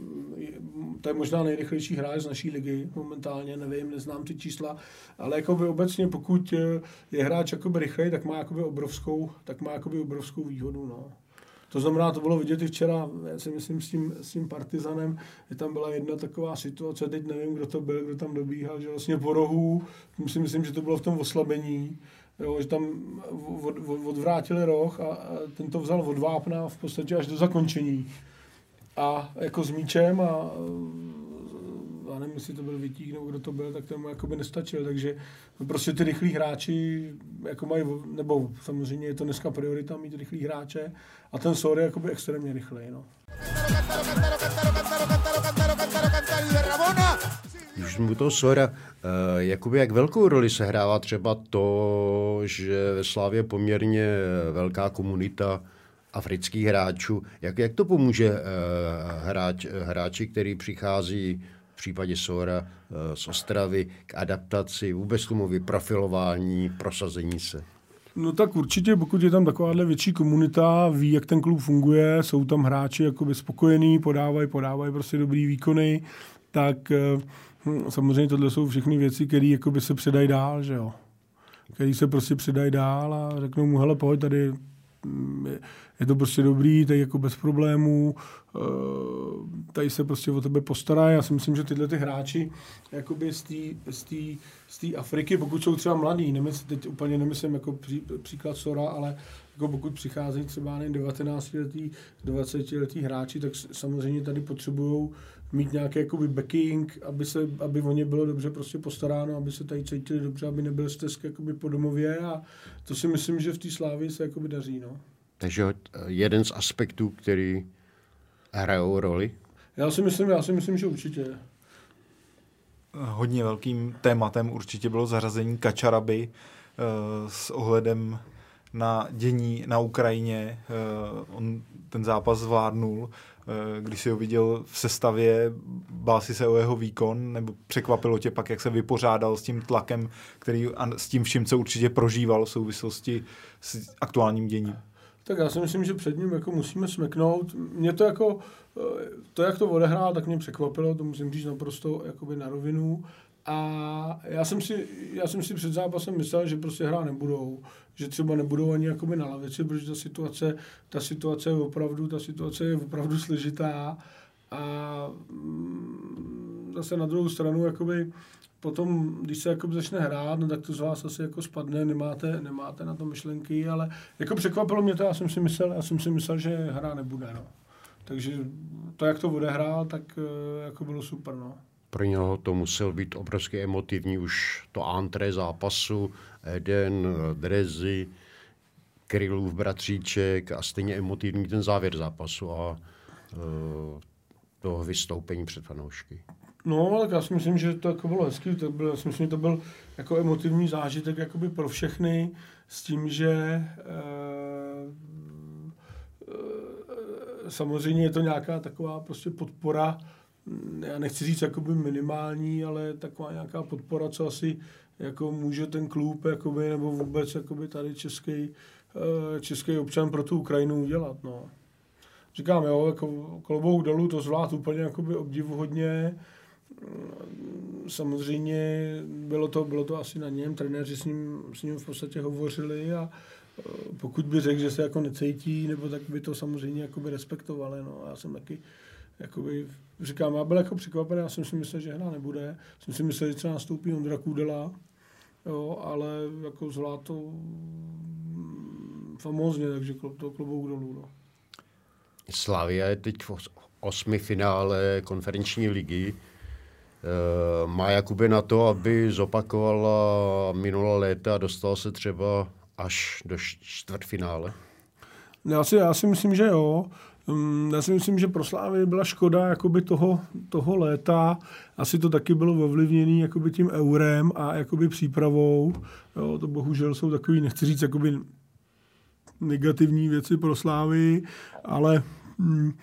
to je možná nejrychlejší hráč z naší ligy momentálně, nevím, neznám ty čísla, ale jakoby obecně, pokud je hráč jakoby rychlej, tak má jakoby obrovskou, tak má jakoby obrovskou výhodu. No. To znamená, to bylo vidět i včera, já si myslím, s tím, s tím Partizanem, že tam byla jedna taková situace, teď nevím, kdo to byl, kdo tam dobíhal, že vlastně po rohu, si myslím, že to bylo v tom oslabení, jo, že tam od, od, odvrátili roh a, a ten to vzal od vápna v podstatě až do zakončení. A jako s míčem a já nevím, jestli to byl Vitík nebo kdo to byl, tak tomu jakoby nestačil, takže prostě ty rychlí hráči jako mají, nebo samozřejmě je to dneska priorita mít rychlí hráče a ten Sor je jakoby extrémně rychlej, no. Už mu toho Sora, jakoby jak velkou roli se hrává třeba to, že ve Slavii je poměrně velká komunita afrických hráčů. Jak, jak to pomůže hráč, hráči, který přichází v případě Sora z Ostravy k adaptaci, vůbec tomu vyprofilování, prosazení se? No tak určitě, pokud je tam takováhle větší komunita, ví, jak ten klub funguje, jsou tam hráči jakoby spokojení, podávají, podávají prostě dobrý výkony, tak hm, samozřejmě tohle jsou všechny věci, které jakoby se předají dál, že jo. Který se prostě předají dál a řeknou mu, hele, pojď tady, je to prostě dobrý, tady jako bez problémů, tady se prostě o tebe postarají. Já si myslím, že tyhle ty hráči jakoby z té z té z té Afriky, pokud jsou třeba mladí, nemysl, teď úplně nemyslím jako pří, příklad Sora, ale jako pokud přicházejí třeba devatenáctiletí, dvacetiletí hráči, tak samozřejmě tady potřebují mít nějaký jakoby backing, aby, se, aby o ně bylo dobře prostě postaráno, aby se tady cítili dobře, aby nebyl stesk jakoby po domově a to si myslím, že v té Slávii se jakoby daří. No. Takže jeden z aspektů, který hrajou roli? Já si myslím, já si myslím, že určitě. Hodně velkým tématem určitě bylo zařazení Kačaraby uh, s ohledem na dění na Ukrajině. Uh, on ten zápas zvládnul. Uh, když si ho viděl v sestavě, bál si se o jeho výkon, nebo překvapilo tě pak, jak se vypořádal s tím tlakem, který a s tím vším, co určitě prožíval v souvislosti s aktuálním děním? Tak já si myslím, že před ním jako musíme smeknout. Mě to jako, to jak to odehrál, tak mě překvapilo, to musím říct naprosto jakoby na rovinu. A já jsem si, já jsem si před zápasem myslel, že prostě hrát nebudou, že třeba nebudou ani jakoby na lavici, protože ta situace, ta situace je opravdu, ta situace je opravdu složitá a zase na druhou stranu jakoby potom, když se jakoby začne hrát, no, tak to z vás asi jako spadne, nemáte, nemáte na to myšlenky, ale jako překvapilo mě to, já jsem si myslel, já jsem si myslel, že hra nebude, no. Takže to, jak to odehrál, tak jako bylo super, no. Pro něho to musel být obrovsky emotivní, už to antré zápasu, Eden, Drezy, Krylův bratříček a stejně emotivní ten závěr zápasu a uh, toho vystoupení před fanoušky. No, tak já si myslím, že to jako bylo hezký, to byl, já si myslím, že to byl jako emotivní zážitek jakoby pro všechny s tím, že e, e, samozřejmě je to nějaká taková prostě podpora, já nechci říct jakoby minimální, ale taková nějaká podpora, co asi jako může ten klub jakoby, nebo vůbec jakoby tady český, český občan pro tu Ukrajinu udělat. No. Říkám, jo, jako klobouk dolů to zvlád úplně jakoby obdivuhodně. Samozřejmě bylo to, bylo to asi na něm, trenéři s ním, s ním v podstatě hovořili a pokud by řekl, že se jako necítí, nebo tak by to samozřejmě jakoby respektovali. No. Já jsem taky, jakoby, říkám, já byl jako překvapený, já jsem si myslel, že hra nebude. Jsem si myslel, že třeba nastoupí Ondra Kůdela, jo, ale jako zvlád to famózně, takže to klobouk dolů. No. Slavia je teď v osmi finále konferenční ligy. E, má Jakube na to, aby zopakovala minulá léta a dostala se třeba až do čtvrtfinále? Já si, já si myslím, že jo. Já si myslím, že pro Slávy byla škoda jakoby toho, toho léta. Asi to taky bylo ovlivněné jakoby tím eurem a jakoby přípravou. Jo, to bohužel jsou takový, nechci říct, jakoby negativní věci pro Slávy, ale hm,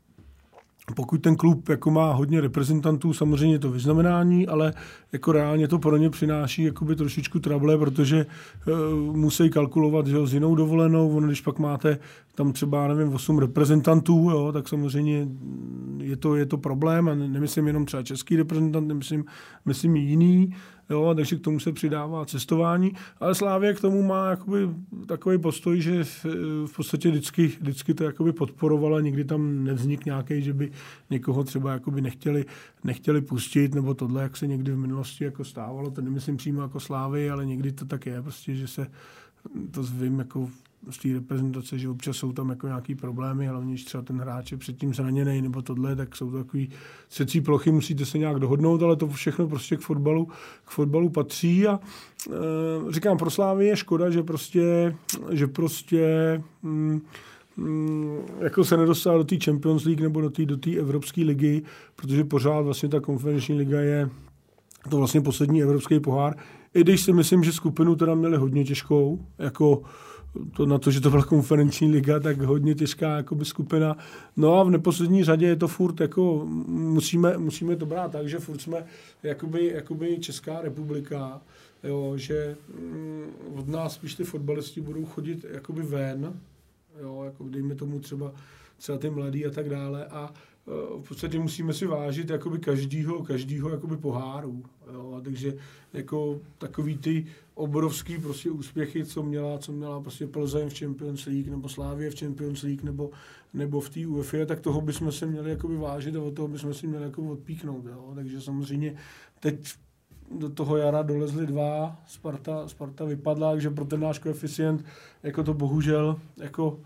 pokud ten klub jako má hodně reprezentantů, samozřejmě to vyznamenání, ale jako reálně to pro ně přináší jakoby trošičku trable, protože uh, musí kalkulovat, že jo, s jinou dovolenou. Ono, když pak máte tam třeba, nevím, osm reprezentantů, jo, tak samozřejmě je to, je to problém a nemyslím jenom třeba český reprezentant, nemyslím, myslím i jiný, jo, takže k tomu se přidává cestování, ale Slavia k tomu má jakoby takový postoj, že v, v podstatě vždycky, vždycky to jakoby podporovala, nikdy tam nevznik nějaký, že by někoho třeba jakoby nechtěli, nechtěli pustit, nebo tohle, jak se někdy v minulosti jako stávalo, to nemyslím přímo jako Slávy, ale někdy to tak je, prostě, že se to zvím jako z té reprezentace, že občas jsou tam jako nějaký problémy, hlavně když třeba ten hráč je předtím zraněný nebo tohle, tak jsou to takový secí plochy, musíte se nějak dohodnout, ale to všechno prostě k fotbalu, k fotbalu patří a e, říkám, pro Slávy je škoda, že prostě, že prostě mm, mm, jako se nedostala do té Champions League nebo do té do té Evropské ligy, protože pořád vlastně ta konferenční liga je to vlastně poslední evropský pohár. I když si myslím, že skupinu teda měli hodně těžkou, jako to na to, že to byla konferenční liga, tak hodně těžká jakoby skupina. No a v neposlední řadě je to furt, jako musíme, musíme to brát tak, že furt jsme jakoby, jakoby Česká republika, jo, že mm, od nás spíš ty fotbalisti budou chodit jakoby ven, jo, jako dejme tomu třeba, třeba ty mladí a tak dále a v podstatě musíme si vážit jakoby každýho, každýho jakoby poháru. Jo? Takže jako takový ty obrovský prostě úspěchy, co měla, co měla prostě Plzeň v Champions League, nebo Slavia v Champions League, nebo, nebo v té UEFA, tak toho bychom se měli jakoby vážit a od toho bychom si měli jakoby odpíknout. Jo? Takže samozřejmě teď do toho jara dolezli dva, Sparta, Sparta vypadla, takže pro ten náš koeficient jako to bohužel jako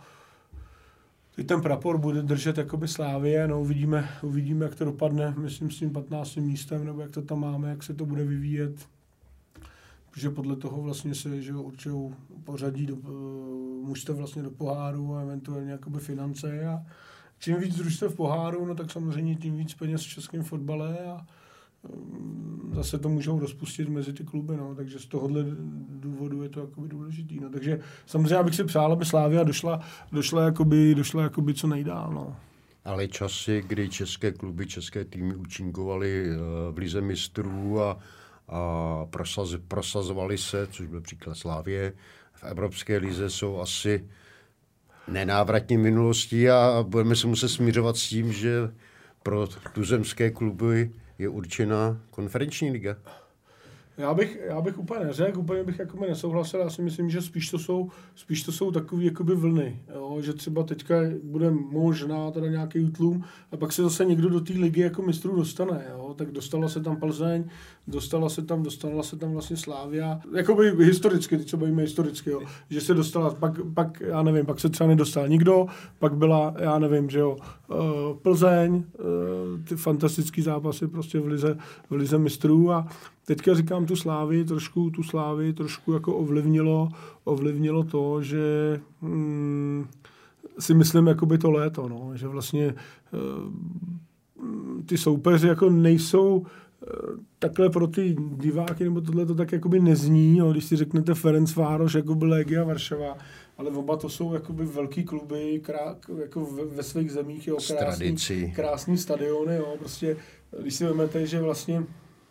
teď ten prapor bude držet jakoby Slávie, no uvidíme, uvidíme, jak to dopadne, myslím s tím patnáctým místem, nebo jak to tam máme, jak se to bude vyvíjet. Protože podle toho vlastně se, že určují pořadí do, uh, mužstev vlastně do poháru a eventuálně jakoby finance a čím víc družstev v poháru, no tak samozřejmě tím víc peněz v českém fotbale a um, zase to můžou rozpustit mezi ty kluby, no, takže z tohohle důvodu je to jakoby důležitý, no, takže samozřejmě bych si přál, aby Slavia došla, došla jakoby, došla jakoby co nejdál, no. Ale časy, kdy české kluby, české týmy účinkovaly v lize mistrů a, a prosaz, prosazovali se, což byl příklad Slavie, v Evropské lize jsou asi nenávratní minulostí a budeme se muset smířovat s tím, že pro tuzemské kluby je určena konferenční liga. Já bych, já bych úplně neřekl, úplně bych jakoby nesouhlasil, já si myslím, že spíš to jsou, spíš to jsou takový jakoby vlny, jo? Že třeba teďka bude možná teda nějaký útlum a pak se zase někdo do té ligy jako mistrů dostane, jo? Tak dostala se tam Plzeň, dostala se tam, dostala se tam vlastně Slavia, jakoby historicky, teď se bavíme historicky, jo? Že se dostala, pak, pak, já nevím, pak se třeba nedostal nikdo, pak byla, já nevím, že jo, Plzeň, ty fantastický zápasy prostě v lize, v lize mistrů a teďka říkám tu Slávy, trošku tu Slávy trošku jako ovlivnilo, ovlivnilo to, že hmm, si myslím jakoby to léto, no, že vlastně uh, ty soupeři jako nejsou, takhle pro ty diváky nebo tohle to tak jakoby nezní, jo, když si řeknete Ferencvároš, jako byl Legia Varšava, ale oba to jsou jakoby velký kluby, krá, jako ve, ve svých zemích, jo, krásný, krásný stadiony, jo, prostě, když si vezmete, že vlastně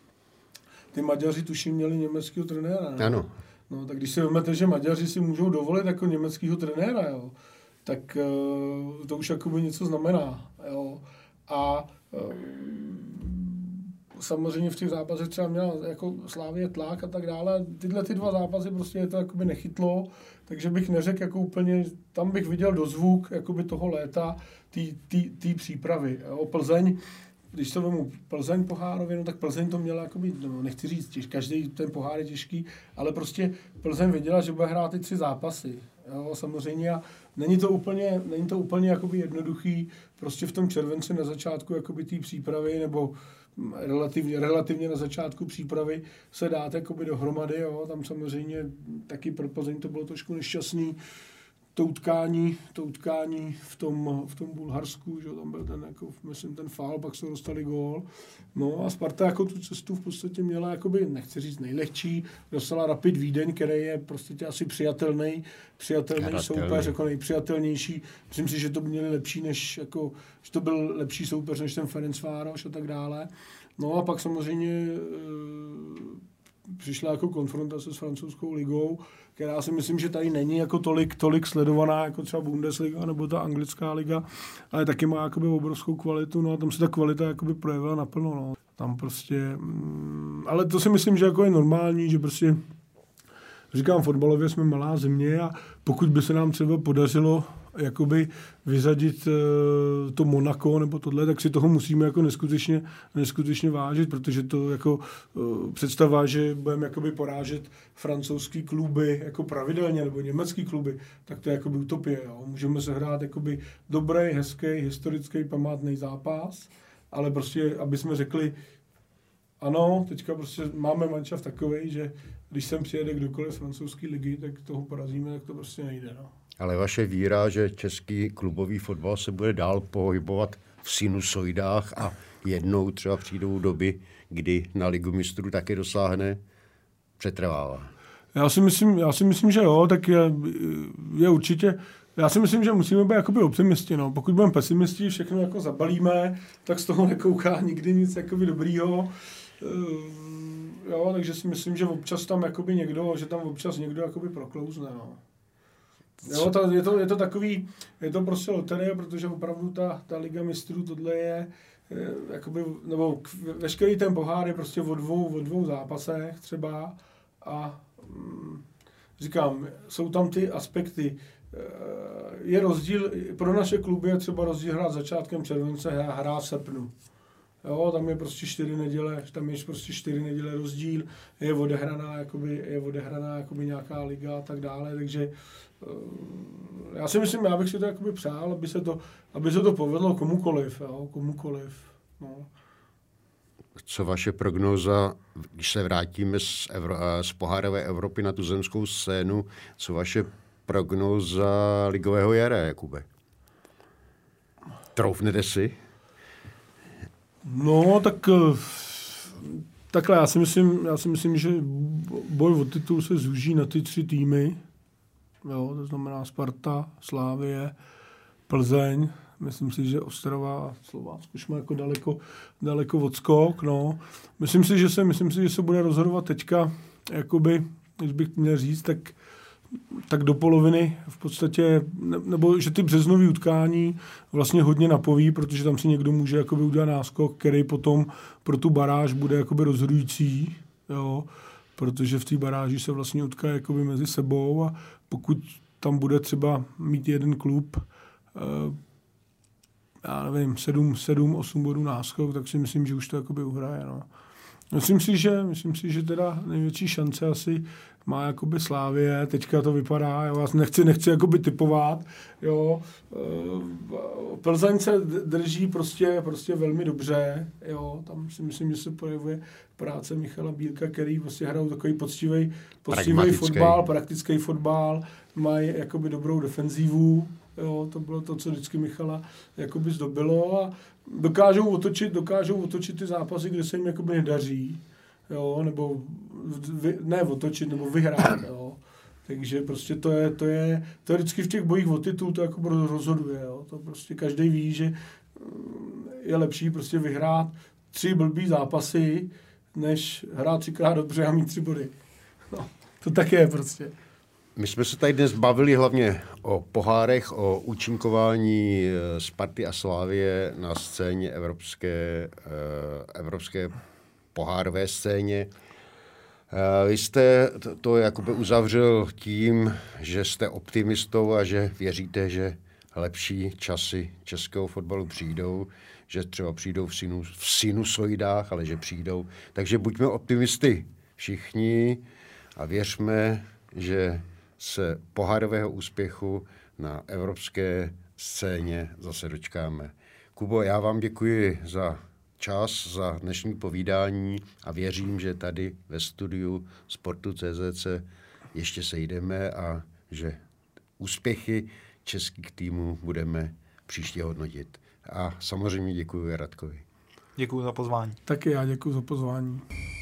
ty Maďaři tuším měli německého trenéra, ne? Ano. No, tak když si vezmete, že Maďaři si můžou dovolit jako německého trenéra, jo, tak uh, to už jakoby něco znamená, jo, a uh, samozřejmě v těch zápasech třeba měla jako Slavie tlak a tak dále. Tyhle ty dva zápasy prostě je to jakoby nechytlo, takže bych neřekl jako úplně, tam bych viděl dozvuk jakoby toho léta, té přípravy. O Plzeň, když to vemu Plzeň pohárově, no tak Plzeň to měla jakoby, no nechci říct, těž, každý ten pohár je těžký, ale prostě Plzeň věděla, že bude hrát ty tři zápasy. Jo, samozřejmě a není to úplně, není to úplně jakoby jednoduchý, prostě v tom červenci na začátku jakoby té přípravy nebo relativně, relativně na začátku přípravy se dát jakoby dohromady, jo, tam samozřejmě taky pro Plzeň to bylo trošku nešťastný, to utkání, to utkání v tom, v tom Bulharsku, že tam byl ten, jako, myslím, ten faul, pak se dostali gól. No a Sparta jako tu cestu v podstatě měla, jakoby, nechci říct nejlehčí, dostala Rapid Vídeň, který je prostě asi přijatelný, přijatelný soupeř, jako nejpřijatelnější. Myslím si, že to měli lepší než, jako, že to byl lepší soupeř než ten Ferencvároš a tak dále. No a pak samozřejmě e, přišla jako konfrontace s francouzskou ligou, která si myslím, že tady není jako tolik, tolik sledovaná, jako třeba Bundesliga nebo ta anglická liga, ale taky má jakoby obrovskou kvalitu, no a tam se ta kvalita jakoby projevila naplno, no. Tam prostě, mm, ale to si myslím, že jako je normální, že prostě, říkám, fotbalově jsme malá země a pokud by se nám třeba podařilo jakoby vyřadit uh, to Monako nebo tohle, tak si toho musíme jako neskutečně, neskutečně vážit, protože to jako uh, představa, že budeme jakoby porážet francouzský kluby jako pravidelně nebo německý kluby, tak to je jakoby utopie. Jo. Můžeme se hrát jakoby dobrý, hezký, historický, památný zápas, ale prostě, aby jsme řekli, ano, teďka prostě máme manšaft takovej, že když sem přijede kdokoliv z francouzské ligy, tak toho porazíme, tak to prostě nejde. No. Ale vaše víra, že český klubový fotbal se bude dál pohybovat v sinusoidách a jednou třeba přijdou doby, kdy na Ligu mistrů taky dosáhne, přetrvává. Já si myslím, já si myslím, že jo, tak je, je určitě, já si myslím, že musíme být jakoby optimisti, no. Pokud budeme pesimisti, všechno jako zabalíme, tak z toho nekouká nikdy nic jakoby dobrýho. Jo, takže si myslím, že občas tam jakoby někdo, že tam občas někdo jakoby proklouzne, no. Jo, ta, je, to, je to takový, je to prostě loterie, protože opravdu ta, ta Liga mistrů, tohle je, je jakoby, nebo k, veškerý ten pohár je prostě o dvou, o dvou zápasech třeba a mm, říkám, jsou tam ty aspekty, je rozdíl, pro naše kluby je třeba rozdíl hrát začátkem července a hrát v srpnu. Jo, tam je prostě čtyři neděle, tam je prostě čtyři neděle rozdíl, je odehraná, jakoby, je odehraná jakoby nějaká liga a tak dále, takže já si myslím, já bych si to jakoby přál, aby se to, aby se to povedlo komukoliv, jo, komukoliv, no. Co vaše prognóza, když se vrátíme z, Evro, z pohárové Evropy na tu zemskou scénu, co vaše prognóza ligového jara, Jakube? Troufnete si? No, tak takhle, já si myslím, já si myslím, že boj o titul se zúží na ty tři týmy. Jo, to znamená Sparta, Slavie, Plzeň. Myslím si, že Ostrava a Slovácko už má jako daleko, daleko odskok. No. Myslím si, že se, myslím si, že se bude rozhodovat teďka, jakoby, když bych měl říct, tak, tak do poloviny v podstatě, ne, nebo že ty březnový utkání vlastně hodně napoví, protože tam si někdo může jakoby udělat náskok, který potom pro tu baráž bude jakoby rozhodující, jo, protože v té baráži se vlastně utká jakoby mezi sebou a pokud tam bude třeba mít jeden klub, já nevím, sedm, osm bodů náskok, tak si myslím, že už to jakoby uhraje, no. Myslím si, že, myslím si, že teda největší šance asi má jakoby Slavie, teďka to vypadá, já vás nechci, nechci jakoby typovat, jo. Plzeň se drží prostě, prostě velmi dobře, jo, tam si myslím, že se projevuje práce Michala Bílka, který prostě hrajou takový poctivý, poctivý fotbal, praktický fotbal, mají jakoby dobrou defenzívu, Jo, to bylo to, co vždycky Michala jakoby zdobilo a dokážou otočit, dokážou otočit ty zápasy, kde se jim jakoby nedaří, jo, nebo vy, ne otočit, nebo vyhrát, jo. Takže prostě to je, to je, to je vždycky v těch bojích o titul, to jako rozhoduje, jo. To prostě každý ví, že je lepší prostě vyhrát tři blbý zápasy, než hrát třikrát dobře a mít tři body. No, to tak je prostě. My jsme se tady dnes bavili hlavně o pohárech, o účinkování Sparty a Slavie na scéně evropské, evropské pohárové scéně. Vy jste to jakoby uzavřel tím, že jste optimistou a že věříte, že lepší časy českého fotbalu přijdou, že třeba přijdou v, sinus, v sinusoidách, ale že přijdou. Takže buďme optimisty všichni a věřme, že se pohárového úspěchu na evropské scéně zase dočkáme. Kubo, já vám děkuji za čas, za dnešní povídání a věřím, že tady ve studiu Sportu tečka cé zet se ještě sejdeme a že úspěchy českých týmů budeme příště hodnotit. A samozřejmě děkuji Radkovi. Děkuji za pozvání. Taky já děkuji za pozvání.